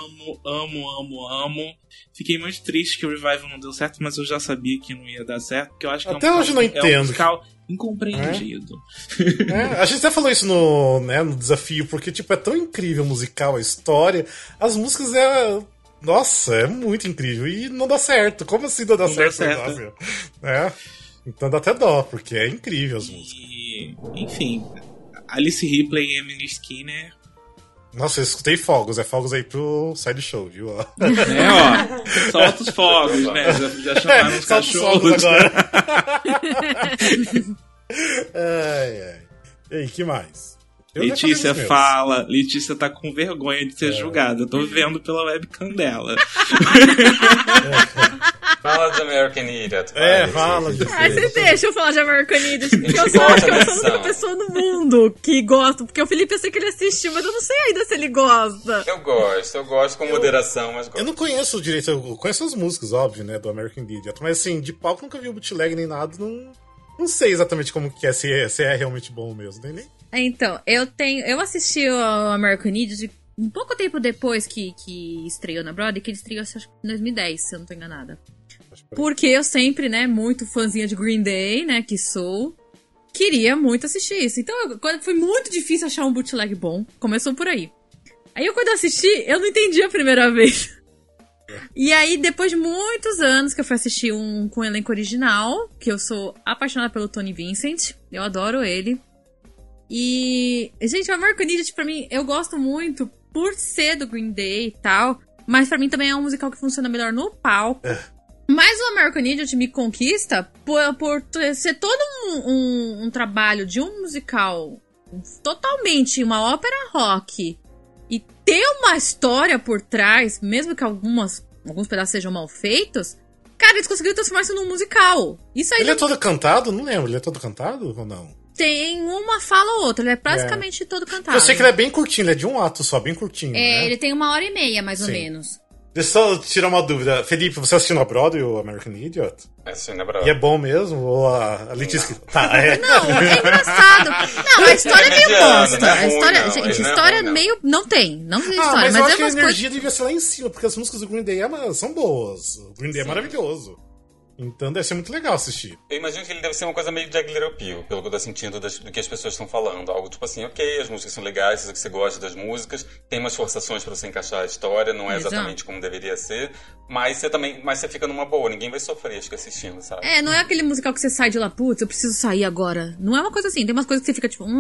amo. Fiquei muito triste que o Revival não deu certo, mas eu já sabia que não ia dar certo, porque eu acho que até hoje não entendo. É um musical incompreendido. A gente até falou isso no desafio, porque tipo, é tão incrível o musical, a história, as músicas nossa, é muito incrível. E não dá certo. Como assim não dá certo? Então dá até dó, porque é incrível as músicas. Enfim, Alice Ripley e Emily Skinner Nossa, eu escutei fogos. É fogos aí pro side show, viu? Ó, solta os fogos, né? Já chamaram os cachorros. Agora. Ai. E aí, que mais? Letícia fala. Letícia tá com vergonha de ser julgada. Eu tô vendo pela webcam dela. Fala de American Idiot. Fala. Você deixa eu falar de American Idiot, porque eu sou a única pessoa no mundo que gosta. Porque o Felipe, eu sei que ele assistiu, mas eu não sei ainda se ele gosta. Eu gosto com moderação, mas gosto. Eu não conheço direito, eu conheço as músicas, óbvio, né, do American Idiot, mas assim, de palco nunca vi o bootleg nem nada, não sei exatamente como que é, se é realmente bom mesmo, nem. Então, eu assisti o American Idiot um pouco tempo depois que estreou na Broadway, que ele estreou acho que em 2010, se eu não tô enganada. Porque eu sempre, né, muito fãzinha de Green Day, né, que sou, queria muito assistir isso. Então, foi muito difícil achar um bootleg bom, começou por aí. Aí, quando eu assisti, eu não entendi a primeira vez. E aí, depois de muitos anos que eu fui assistir um com o elenco original, que eu sou apaixonada pelo Tony Vincent, eu adoro ele. E, gente, o American Idiot, pra mim, eu gosto muito por ser do Green Day e tal, mas pra mim também é um musical que funciona melhor no palco. Mas o American Idiot me conquista por ser todo um trabalho de um musical totalmente uma ópera rock e ter uma história por trás, mesmo que alguns pedaços sejam mal feitos. Cara, eles conseguiram transformar isso num musical. Isso aí ele é todo cantado? Não lembro. Ele é todo cantado ou não? Tem uma fala ou outra. Ele é praticamente todo cantado. Eu sei que ele é bem curtinho. Ele é de um ato só, bem curtinho. Né? Ele tem 1h30, mais ou menos. Deixa eu só tirar uma dúvida. Felipe, você assistiu na Broadway o American Idiot? Assisti na Broadway. E é bom mesmo? Ou a Letícia... Tá, Não, é engraçado. Não, a história é meio bosta. A história, gente, a história é meio... Não tem história. Mas eu acho que a energia devia ser lá em cima, porque as músicas do Green Day são boas. O Green Day é maravilhoso. Então deve ser muito legal assistir. Eu imagino que ele deve ser uma coisa meio Jagged Little Pill, pelo que eu tô sentindo do que as pessoas estão falando. Algo tipo assim, ok, as músicas são legais, você gosta das músicas, tem umas forçações pra você encaixar a história, não é exatamente como deveria ser, mas você fica numa boa, ninguém vai sofrer, acho que assistindo, sabe? Não é aquele musical que você sai de lá, putz, eu preciso sair agora. Não é uma coisa assim, tem umas coisas que você fica tipo,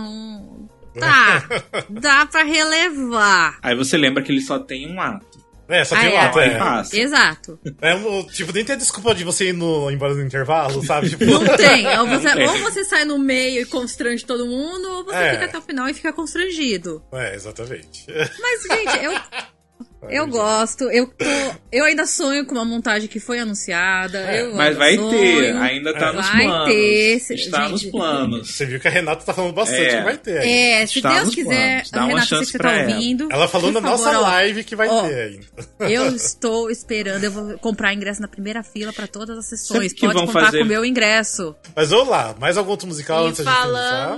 tá, dá pra relevar. Aí você lembra que ele só tem um ato. Só tem um ato, Exato. Tipo, nem tem a desculpa de você ir embora no intervalo, sabe? Tipo... Não tem. Ou você sai no meio e constrange todo mundo, ou você fica até o final e fica constrangido. Exatamente. Mas, gente, eu gosto. Eu ainda sonho com uma montagem que foi anunciada. Mas vai ter, ainda tá nos planos. Vai ter. Está nos planos. Você viu que a Renata tá falando bastante que vai ter. Se Deus quiser, a Renata, se você tá ouvindo. Ela falou na nossa live que vai ter ainda. Eu estou esperando, eu vou comprar ingresso na primeira fila pra todas as sessões. Que pode contar com o meu ingresso. Mas vamos lá, mais algum outro musical antes de falando,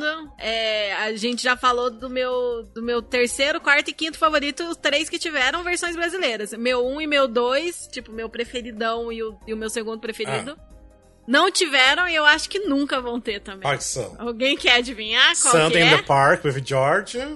a gente já falou do meu terceiro, quarto e quinto favorito, os 3 que tiveram versões brasileiras. Meu 1 e meu 2, tipo, meu preferidão e o meu segundo preferido. Não tiveram e eu acho que nunca vão ter também. Quais são? Alguém quer adivinhar qual Sunday que é? in the Park with Georgia.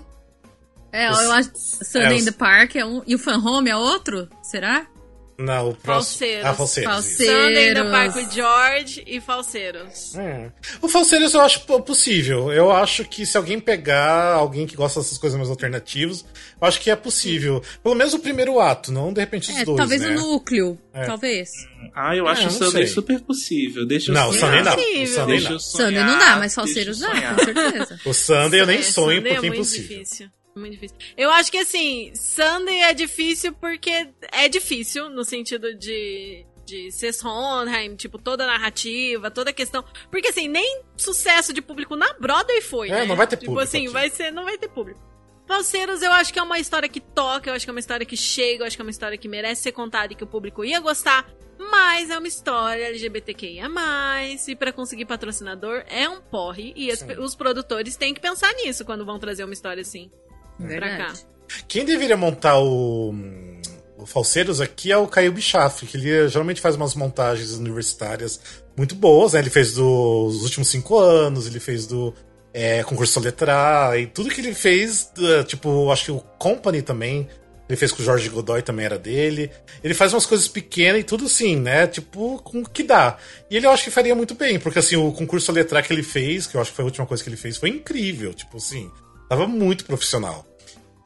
Eu acho que Sunday in the Park é um. E o Fan Home é outro? Será? Não, o próximo. Falseiros. Sunday in the Park with George e Falseiros. O Falseiros eu acho possível. Eu acho que se alguém pegar alguém que gosta dessas coisas mais alternativas, eu acho que é possível. Pelo menos o primeiro ato, não de repente os dois, talvez né? o núcleo. Talvez. Eu acho o Sunday super possível. Deixa eu sonhar. Sunday não. O Sunday não dá, mas Falseiros dá, com certeza. O Sunday eu nem sonho porque é impossível. Difícil. Muito difícil. Eu acho que, assim, Sunday é difícil porque é difícil no sentido de ser Sondheim, tipo, toda a narrativa, toda a questão. Porque, assim, nem sucesso de público na Broadway foi, né? Não vai ter tipo, público. Tipo assim, não vai ter público. Falseiros, eu acho que é uma história que toca, eu acho que é uma história que chega, eu acho que é uma história que merece ser contada e que o público ia gostar, mas é uma história LGBTQIA+, e pra conseguir patrocinador é um porre, e os produtores têm que pensar nisso quando vão trazer uma história assim. Pra cá. Quem deveria montar o Falseiros aqui é o Caio Bichaf, que ele geralmente faz umas montagens universitárias muito boas, né? Ele fez dos últimos 5 anos, ele fez do concurso Letrar, e tudo que ele fez, tipo, acho que o Company também, ele fez com o Jorge Godoy, também era dele. Ele faz umas coisas pequenas e tudo assim, né? Tipo, com o que dá. E ele eu acho que faria muito bem, porque assim, o concurso Letrar que ele fez, que eu acho que foi a última coisa que ele fez, foi incrível, tipo assim, tava muito profissional.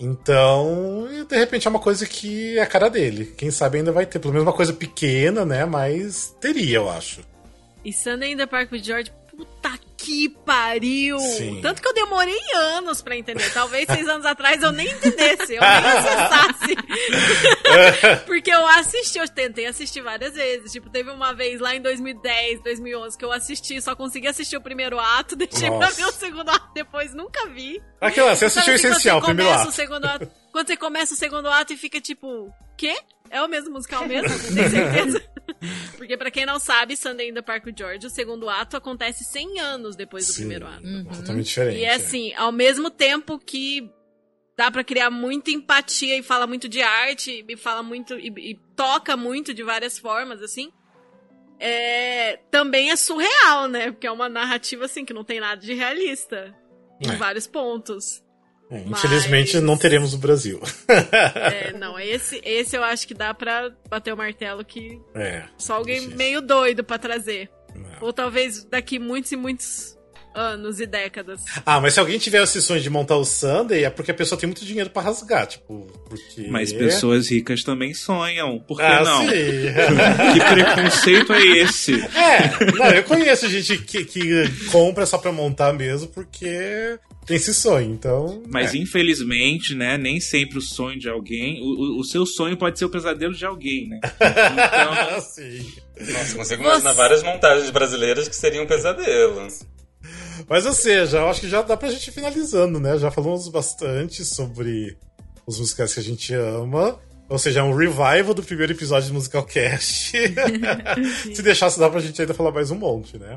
Então, de repente é uma coisa que é a cara dele. Quem sabe ainda vai ter, pelo menos uma coisa pequena, né? Mas teria, eu acho. E Sunday in the Park with George, puta que pariu! Sim. Tanto que eu demorei anos pra entender. Talvez 6 anos atrás eu nem entendesse, eu nem acessasse. Porque eu tentei assistir várias vezes. Tipo, teve uma vez lá em 2010, 2011 que eu assisti, só consegui assistir o primeiro ato, deixei pra ver o segundo ato depois, nunca vi. Aquela, você assistiu o essencial, o primeiro ato. Quando você começa o segundo ato e fica tipo, quê? É o mesmo musical mesmo? Tem certeza? Porque pra quem não sabe, Sunday in the Park with George, o segundo ato acontece 100 anos depois do primeiro ato. Totalmente diferente. E é assim, ao mesmo tempo que dá pra criar muita empatia e fala muito de arte, e fala muito, e toca muito de várias formas, assim, também é surreal, né? Porque é uma narrativa, assim, que não tem nada de realista em vários pontos. Infelizmente não teremos no Brasil. Não, esse eu acho que dá pra bater o martelo que só alguém difícil. meio doido pra trazer. Não. Ou talvez daqui muitos e muitos anos e décadas. Mas se alguém tiver esse sonho de montar o Sunday, é porque a pessoa tem muito dinheiro pra rasgar, tipo, porque... Mas pessoas ricas também sonham, por que não? Sim. Que preconceito é esse? Não, eu conheço gente que compra só pra montar mesmo, porque tem esse sonho, então... Mas infelizmente, né, nem sempre o sonho de alguém... O seu sonho pode ser o pesadelo de alguém, né? Então... Sim. Nossa, consigo imaginar várias montagens brasileiras que seriam um pesadelo. Mas, ou seja, eu acho que já dá pra gente ir finalizando, né? Já falamos bastante sobre os musicais que a gente ama. Ou seja, é um revival do primeiro episódio do Musical Cast. Se deixasse, dá pra gente ainda falar mais um monte, né?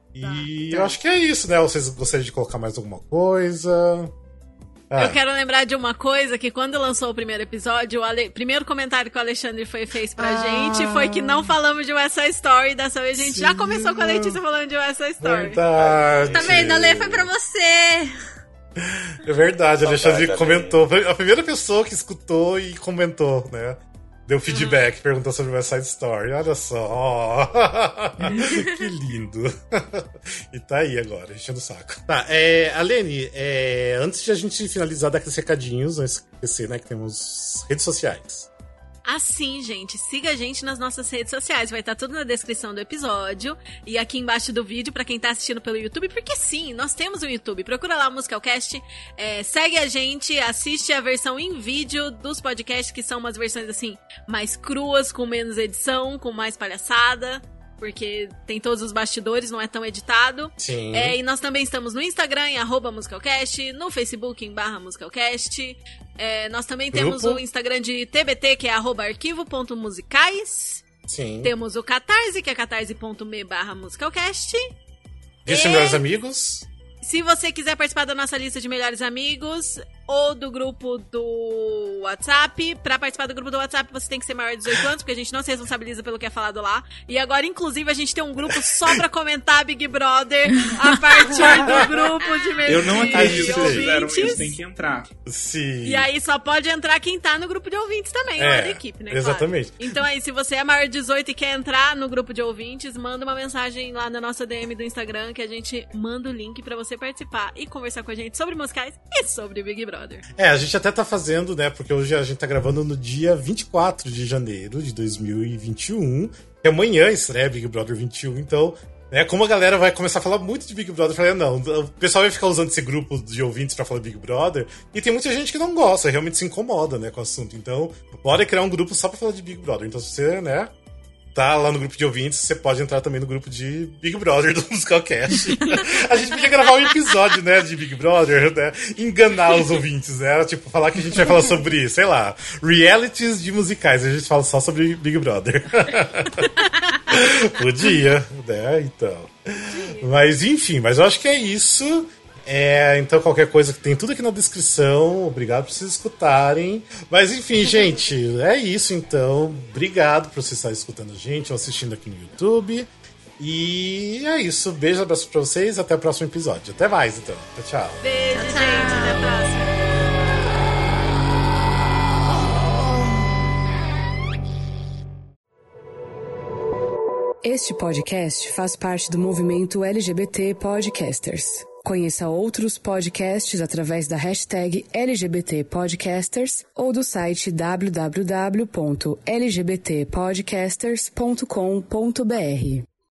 E eu acho que é isso, né? Vocês gostariam de colocar mais alguma coisa? Eu quero lembrar de uma coisa, que quando lançou o primeiro episódio, primeiro comentário que o Alexandre fez pra gente foi que não falamos de West Side Story. Dessa vez a gente já começou com a Letícia falando de West Side Story. Verdade. Tá vendo? A Lê foi pra você. É verdade, o Alexandre comentou. Foi a primeira pessoa que escutou e comentou, né? Deu feedback, perguntou sobre West Side Story. Olha só. Que lindo. E tá aí agora, enchendo o saco. Tá, Alene, antes de a gente finalizar, dar aqueles recadinhos, não esquecer, né, que temos redes sociais. Assim, gente, siga a gente nas nossas redes sociais. Vai estar tudo na descrição do episódio e aqui embaixo do vídeo pra quem tá assistindo pelo YouTube, porque sim, nós temos um YouTube. Procura lá o Musicalcast, segue a gente, assiste a versão em vídeo dos podcasts, que são umas versões assim, mais cruas, com menos edição, com mais palhaçada, porque tem todos os bastidores, não é tão editado. Sim. E nós também estamos no Instagram, em @musicalcast, no Facebook, em /musicalcast. Nós também temos o Instagram de TBT, que é @arquivo.musicais. Sim. Temos o Catarse, que é catarse.me/musicalcast. Lista de melhores amigos. Se você quiser participar da nossa lista de melhores amigos ou do grupo do WhatsApp, pra participar do grupo do WhatsApp você tem que ser maior de 18 anos, porque a gente não se responsabiliza pelo que é falado lá. E agora, inclusive, a gente tem um grupo só pra comentar Big Brother a partir do grupo de melhores. Eu não acredito que vocês fizeram isso, tem que entrar. Sim. E aí só pode entrar quem tá no grupo de ouvintes também, lá da equipe, né? Exatamente. Claro. Então aí, se você é maior de 18 e quer entrar no grupo de ouvintes, manda uma mensagem lá na nossa DM do Instagram, que a gente manda o link pra você participar e conversar com a gente sobre musicais e sobre Big Brother. A gente até tá fazendo, né, porque hoje a gente tá gravando no dia 24 de janeiro de 2021, que amanhã estreia Big Brother 21, então, né, como a galera vai começar a falar muito de Big Brother, eu falei, não, o pessoal vai ficar usando esse grupo de ouvintes pra falar Big Brother, e tem muita gente que não gosta, realmente se incomoda, né, com o assunto, então, bora criar um grupo só pra falar de Big Brother, então se você, né, tá lá no grupo de ouvintes, você pode entrar também no grupo de Big Brother do Musicalcast. A gente podia gravar um episódio, né, de Big Brother, né, enganar os ouvintes, né, tipo, falar que a gente vai falar sobre, sei lá, realities de musicais, a gente fala só sobre Big Brother. Podia, né, então. Mas, enfim, mas eu acho que é isso. Então qualquer coisa, tem tudo aqui na descrição. Obrigado por vocês escutarem. Mas enfim, gente, é isso então. Obrigado por vocês estarem escutando a gente ou assistindo aqui no YouTube. E é isso. Beijo, abraço pra vocês. Até o próximo episódio. Até mais, então. Tchau. Beijo, gente. Até a próxima. Este podcast faz parte do movimento LGBT Podcasters. Conheça outros podcasts através da hashtag LGBT Podcasters ou do site www.lgbtpodcasters.com.br.